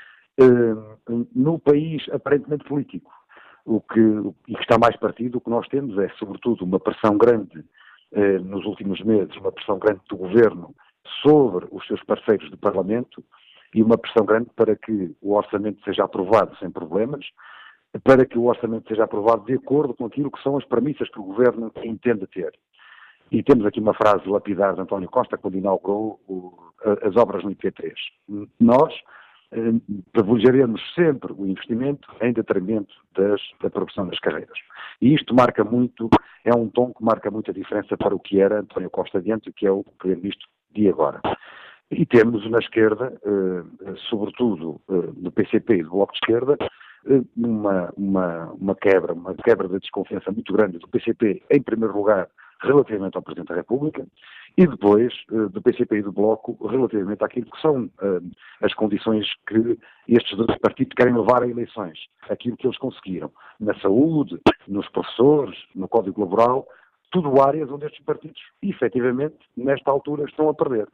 No país aparentemente político, o que, e que está mais partido, o que nós temos é sobretudo uma pressão grande nos últimos meses, uma pressão grande do Governo sobre os seus parceiros do Parlamento e uma pressão grande para que o orçamento seja aprovado sem problemas, para que o orçamento seja aprovado de acordo com aquilo que são as premissas que o Governo entende ter. E temos aqui uma frase lapidar de António Costa, quando inaugurou o, as obras no I P três. Nós eh, privilegiaremos sempre o investimento em detrimento das, da progressão das carreiras. E isto marca muito, é um tom que marca muito a diferença para o que era António Costa de antes e o que é o Primeiro-Ministro de agora. E temos na esquerda, eh, sobretudo eh, do P C P e do Bloco de Esquerda, eh, uma, uma, uma quebra, uma quebra de desconfiança muito grande do P C P, em primeiro lugar, relativamente ao Presidente da República, e depois eh, do P C P e do Bloco, relativamente àquilo que são eh, as condições que estes dois partidos querem levar a eleições, aquilo que eles conseguiram, na saúde, nos professores, no Código Laboral, tudo áreas onde estes partidos, efetivamente, nesta altura, estão a perder.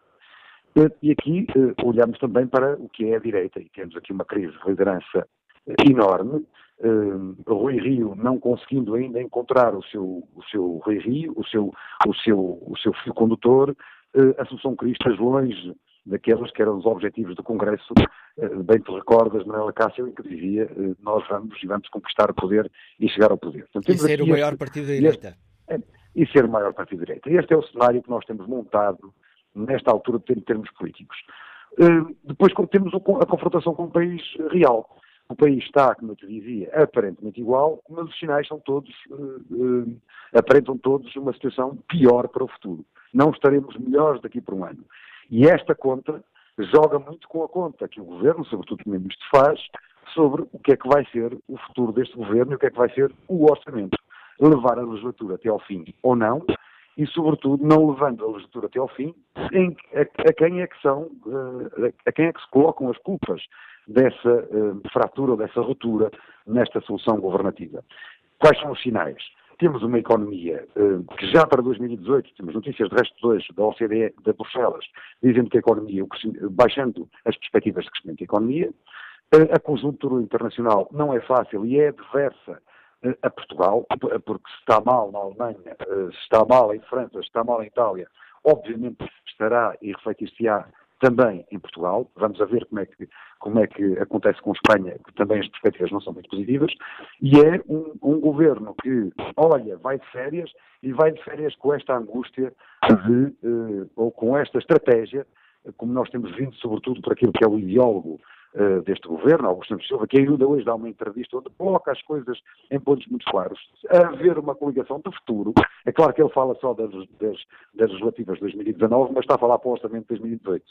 E aqui eh, olhamos também para o que é a direita, e temos aqui uma crise de liderança enorme, uh, Rui Rio não conseguindo ainda encontrar o seu, o seu Rui Rio, o seu, o seu, o seu fio condutor, uh, Assunção Cristas longe daqueles que eram os objetivos do Congresso, uh, bem te recordas, Manuela Cássio, em que dizia uh, nós vamos e vamos conquistar o poder e chegar ao poder. Portanto, e ser o maior este, partido da direita. Este, e ser o maior partido da direita. Este é o cenário que nós temos montado nesta altura de termos políticos. Uh, depois temos a confrontação com o país real. O país está, como eu te dizia, aparentemente igual, mas os sinais são todos, uh, uh, aparentam todos uma situação pior para o futuro. Não estaremos melhores daqui por um ano. E esta conta joga muito com a conta que o Governo, sobretudo o Primeiro-Ministro, faz sobre o que é que vai ser o futuro deste Governo e o que é que vai ser o orçamento. Levar a legislatura até ao fim ou não, e, sobretudo, não levando a legislatura até ao fim, em, a, a quem é que são, uh, a quem é que se colocam as culpas dessa uh, fratura ou dessa ruptura nesta solução governativa. Quais são os sinais? Temos uma economia uh, que já para dois mil e dezoito, temos notícias de resto de hoje da O C D E, da Bruxelas, dizendo que a economia, baixando as perspectivas de crescimento da economia, uh, a conjuntura internacional não é fácil e é adversa a Portugal, porque se está mal na Alemanha, se está mal em França, se está mal em Itália, obviamente estará e refletir-se-á também em Portugal. Vamos a ver como é, que, como é que acontece com Espanha, que também as perspectivas não são muito positivas, e é um, um governo que, olha, vai de férias e vai de férias com esta angústia de, eh, ou com esta estratégia, como nós temos vindo, sobretudo por aquilo que é o ideólogo Uh, deste governo, Augusto Santos Silva, que ainda hoje dá uma entrevista onde coloca as coisas em pontos muito claros, a haver uma coligação de futuro. É claro que ele fala só das, das, das legislativas de dois mil e dezanove, mas está a falar para o orçamento de dois mil e dezoito.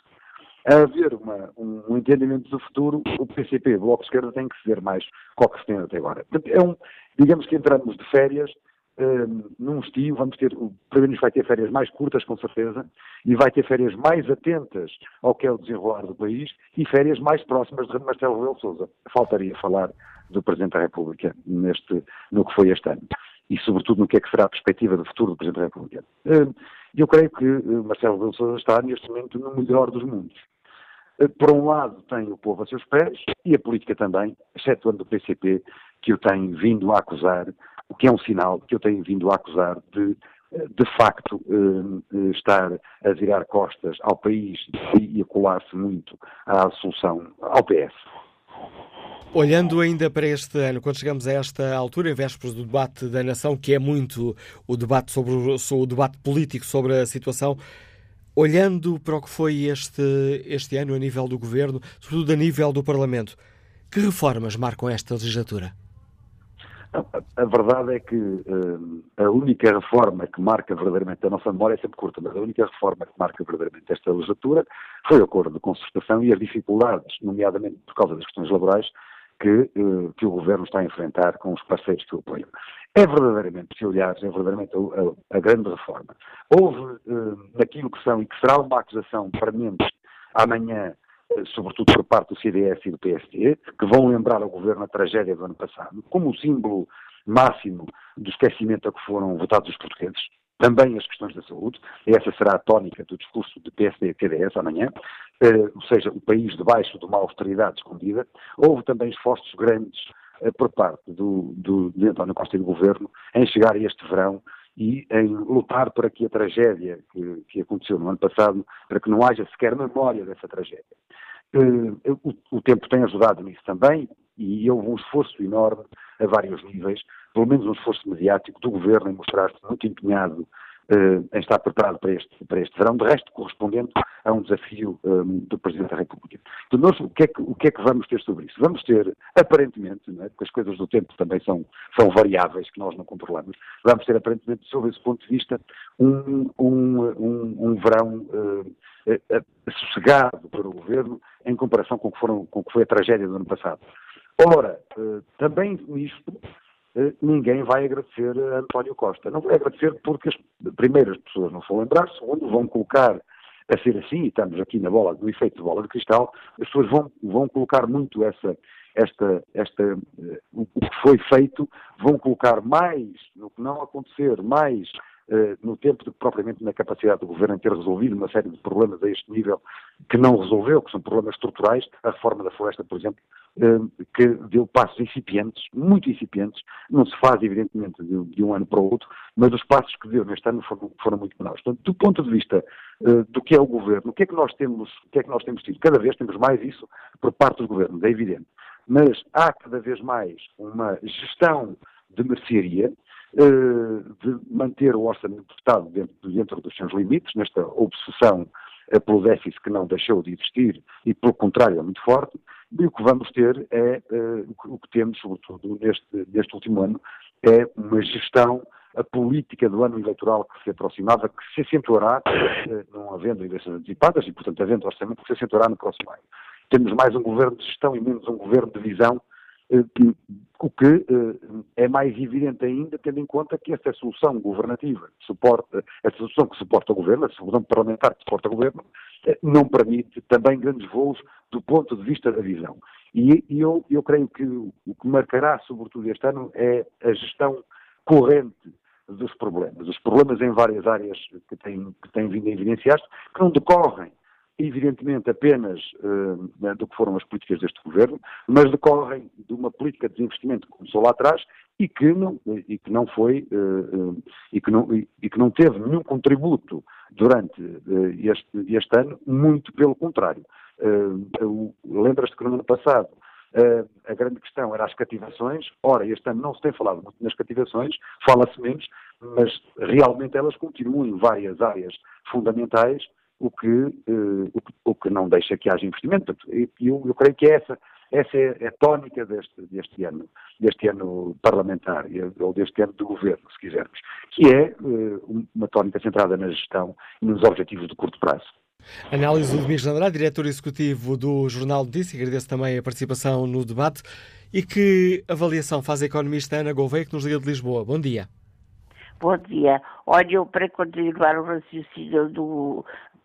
A haver uma, um, um entendimento do futuro, o P C P, o Bloco de Esquerda, tem que ser mais qual que se tem até agora. Portanto, é um, digamos que entramos de férias, Um, num estio, vamos ter, o Primeiro-Ministro vai ter férias mais curtas, com certeza, e vai ter férias mais atentas ao que é o desenrolar do país e férias mais próximas de Marcelo Rebelo de Sousa. Faltaria falar do Presidente da República neste, no que foi este ano e, sobretudo, no que é que será a perspectiva do futuro do Presidente da República. Um, eu creio que Marcelo Rebelo de Sousa está, neste momento, no melhor dos mundos. Por um lado, tem o povo a seus pés e a política também, excetuando o P C P, que o tem vindo a acusar, o que é um sinal que eu tenho vindo a acusar de, de facto, estar a virar costas ao país e a colar-se muito à solução ao P S. Olhando ainda para este ano, quando chegamos a esta altura, em vésperas do debate da nação, que é muito o debate sobre o, sobre o debate político sobre a situação, olhando para o que foi este, este ano a nível do Governo, sobretudo a nível do Parlamento, que reformas marcam esta legislatura? A, a verdade é que uh, a única reforma que marca verdadeiramente a nossa memória é sempre curta, mas a única reforma que marca verdadeiramente esta legislatura foi o acordo de concertação e as dificuldades, nomeadamente por causa das questões laborais, que, uh, que o Governo está a enfrentar com os parceiros que o apoiam. É verdadeiramente, se olhares, é verdadeiramente a, a, a grande reforma. Houve, uh, naquilo que são e que será uma acusação permanente amanhã, sobretudo por parte do C D S e do P S D, que vão lembrar ao Governo a tragédia do ano passado, como o símbolo máximo do esquecimento a que foram votados os portugueses, também as questões da saúde, e essa será a tónica do discurso de P S D e C D S amanhã, eh, ou seja, o país debaixo de uma austeridade escondida. Houve também esforços grandes eh, por parte do, do, de António Costa e do Governo em chegar a este verão e em lutar para que a tragédia que, que aconteceu no ano passado, para que não haja sequer memória dessa tragédia. Uh, o, o tempo tem ajudado nisso também e houve um esforço enorme a vários níveis, pelo menos um esforço mediático do Governo em mostrar-se muito empenhado uh, em estar preparado para este, para este verão, de resto correspondente a um desafio um, do Presidente da República. Então, nós, o, que é que, o que é que vamos ter sobre isso? Vamos ter, aparentemente, não é? Porque as coisas do tempo também são, são variáveis que nós não controlamos, vamos ter aparentemente, sob esse ponto de vista, um, um, um, um verão uh, uh, sossegado para o Governo em comparação com o que, foram, com o que foi a tragédia do ano passado. Ora, uh, também nisto, uh, ninguém vai agradecer a António Costa. Não vai agradecer porque, as, primeiro, as pessoas não se vão lembrar, segundo, vão colocar a ser assim, e estamos aqui na bola, no efeito de bola de cristal, as pessoas vão, vão colocar muito essa, esta, esta, uh, o, o que foi feito, vão colocar mais no que não acontecer, mais uh, no tempo do que propriamente na capacidade do Governo em ter resolvido uma série de problemas a este nível que não resolveu, que são problemas estruturais. A reforma da floresta, por exemplo, uh, que deu passos incipientes, muito incipientes, não se faz evidentemente de, de um ano para o outro, mas os passos que deu neste ano foram, foram muito menores. Portanto, do ponto de vista uh, do que é o Governo, o que é que nós temos, o que é que nós temos tido? Cada vez temos mais isso por parte dos governos, é evidente. Mas há cada vez mais uma gestão de mercearia, uh, de manter o orçamento do Estado dentro, dentro dos seus limites, nesta obsessão uh, pelo déficit que não deixou de existir e, pelo contrário, é muito forte. E o que vamos ter é, uh, o, que, o que temos, sobretudo neste, neste último ano, é uma gestão, a política do ano eleitoral que se aproximava, que se acentuará, uh, não havendo eleições antecipadas e, portanto, havendo orçamento, que se acentuará no próximo ano. Temos mais um governo de gestão e menos um governo de visão, eh, o que eh, é mais evidente ainda, tendo em conta que esta solução governativa, que suporta, esta solução que suporta o governo, a solução parlamentar que suporta o governo, eh, não permite também grandes voos do ponto de vista da visão. E, e eu, eu creio que o que marcará, sobretudo este ano, é a gestão corrente dos problemas. Os problemas em várias áreas que têm, que têm vindo a evidenciar-se, que não decorrem evidentemente apenas uh, do que foram as políticas deste governo, mas decorrem de uma política de desinvestimento que começou lá atrás e que não, e que não foi uh, uh, e, que não, e, e que não teve nenhum contributo durante uh, este, este ano, muito pelo contrário. Uh, uh, Lembras-te que no ano passado uh, a grande questão era as cativações. Ora, este ano não se tem falado muito nas cativações, fala-se menos, mas realmente elas continuam em várias áreas fundamentais, o que, uh, o, que, o que não deixa que haja investimento. E eu, eu creio que essa, essa é a tónica deste, deste ano, deste ano parlamentar, ou deste ano de governo, se quisermos, que é uh, uma tónica centrada na gestão e nos objetivos de curto prazo. Análise do Domingos Andrade, diretor executivo do Jornal de Notícias, agradeço também a participação no debate. E que avaliação faz a economista Ana Gouveia, que nos liga de Lisboa? Bom dia. Bom dia. Olha, eu para continuar o raciocínio do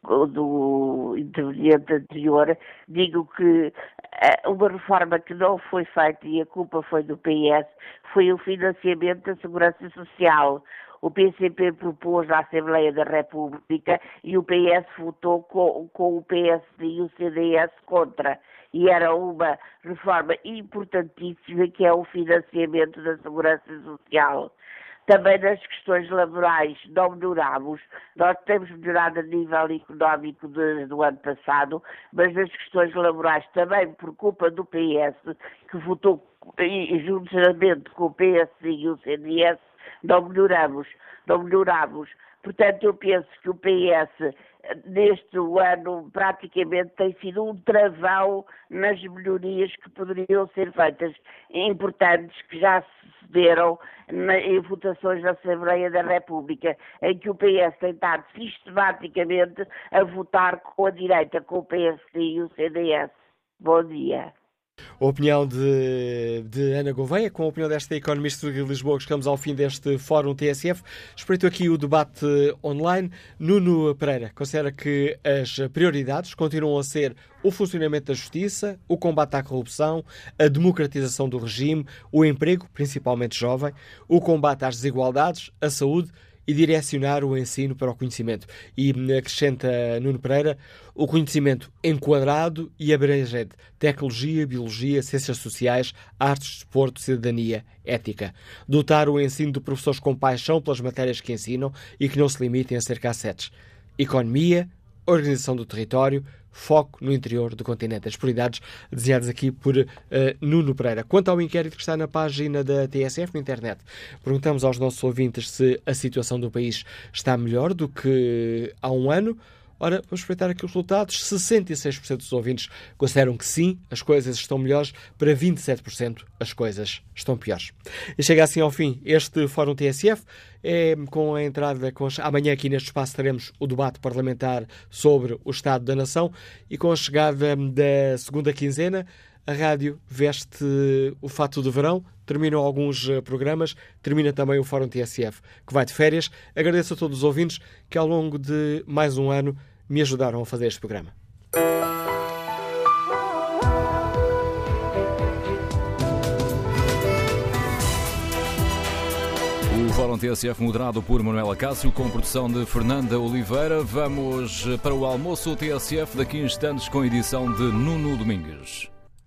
do interveniente anterior, digo que uh, uma reforma que não foi feita e a culpa foi do P S foi o financiamento da Segurança Social. O P C P propôs na Assembleia da República e o P S votou com, com o P S e o C D S contra. E era uma reforma importantíssima que é o financiamento da Segurança Social. Também nas questões laborais não melhoramos. Nós temos melhorado a nível económico desde o ano passado, mas nas questões laborais também por culpa do P S, que votou juntamente com o P S e o C D S, não melhoramos. Não melhoramos. Portanto, eu penso que o P S neste ano praticamente tem sido um travão nas melhorias que poderiam ser feitas, importantes, que já se deram na, em votações da Assembleia da República, em que o P S tem estado sistematicamente a votar com a direita, com o P S D e o C D S. Bom dia. A opinião de, de Ana Gouveia, com a opinião desta economista de Lisboa, que chegamos ao fim deste Fórum T S F. Espreito aqui o debate online. Nuno Pereira considera que as prioridades continuam a ser o funcionamento da justiça, o combate à corrupção, a democratização do regime, o emprego, principalmente jovem, o combate às desigualdades, a saúde e direcionar o ensino para o conhecimento. E acrescenta Nuno Pereira, o conhecimento enquadrado e abrangente, tecnologia, biologia, ciências sociais, artes, desporto, cidadania, ética. Dotar o ensino de professores com paixão pelas matérias que ensinam e que não se limitem a ser cassetes. Economia, organização do território, foco no interior do continente. As prioridades desenhadas aqui por uh, Nuno Pereira. Quanto ao inquérito que está na página da T S F na internet, perguntamos aos nossos ouvintes se a situação do país está melhor do que há um ano. Ora, vamos espreitar aqui os resultados. sessenta e seis por cento dos ouvintes consideram que sim, as coisas estão melhores, para vinte e sete por cento as coisas estão piores. E chega assim ao fim este Fórum T S F. É, com a entrada, com a, amanhã aqui neste espaço teremos o debate parlamentar sobre o Estado da Nação e com a chegada da segunda quinzena, a rádio veste o fato de verão, terminam alguns programas, termina também o Fórum T S F, que vai de férias. Agradeço a todos os ouvintes que ao longo de mais um ano me ajudaram a fazer este programa. O Fórum T S F moderado por Manuela Cássio, com produção de Fernanda Oliveira. Vamos para o almoço T S F daqui a instantes com a edição de Nuno Domingues.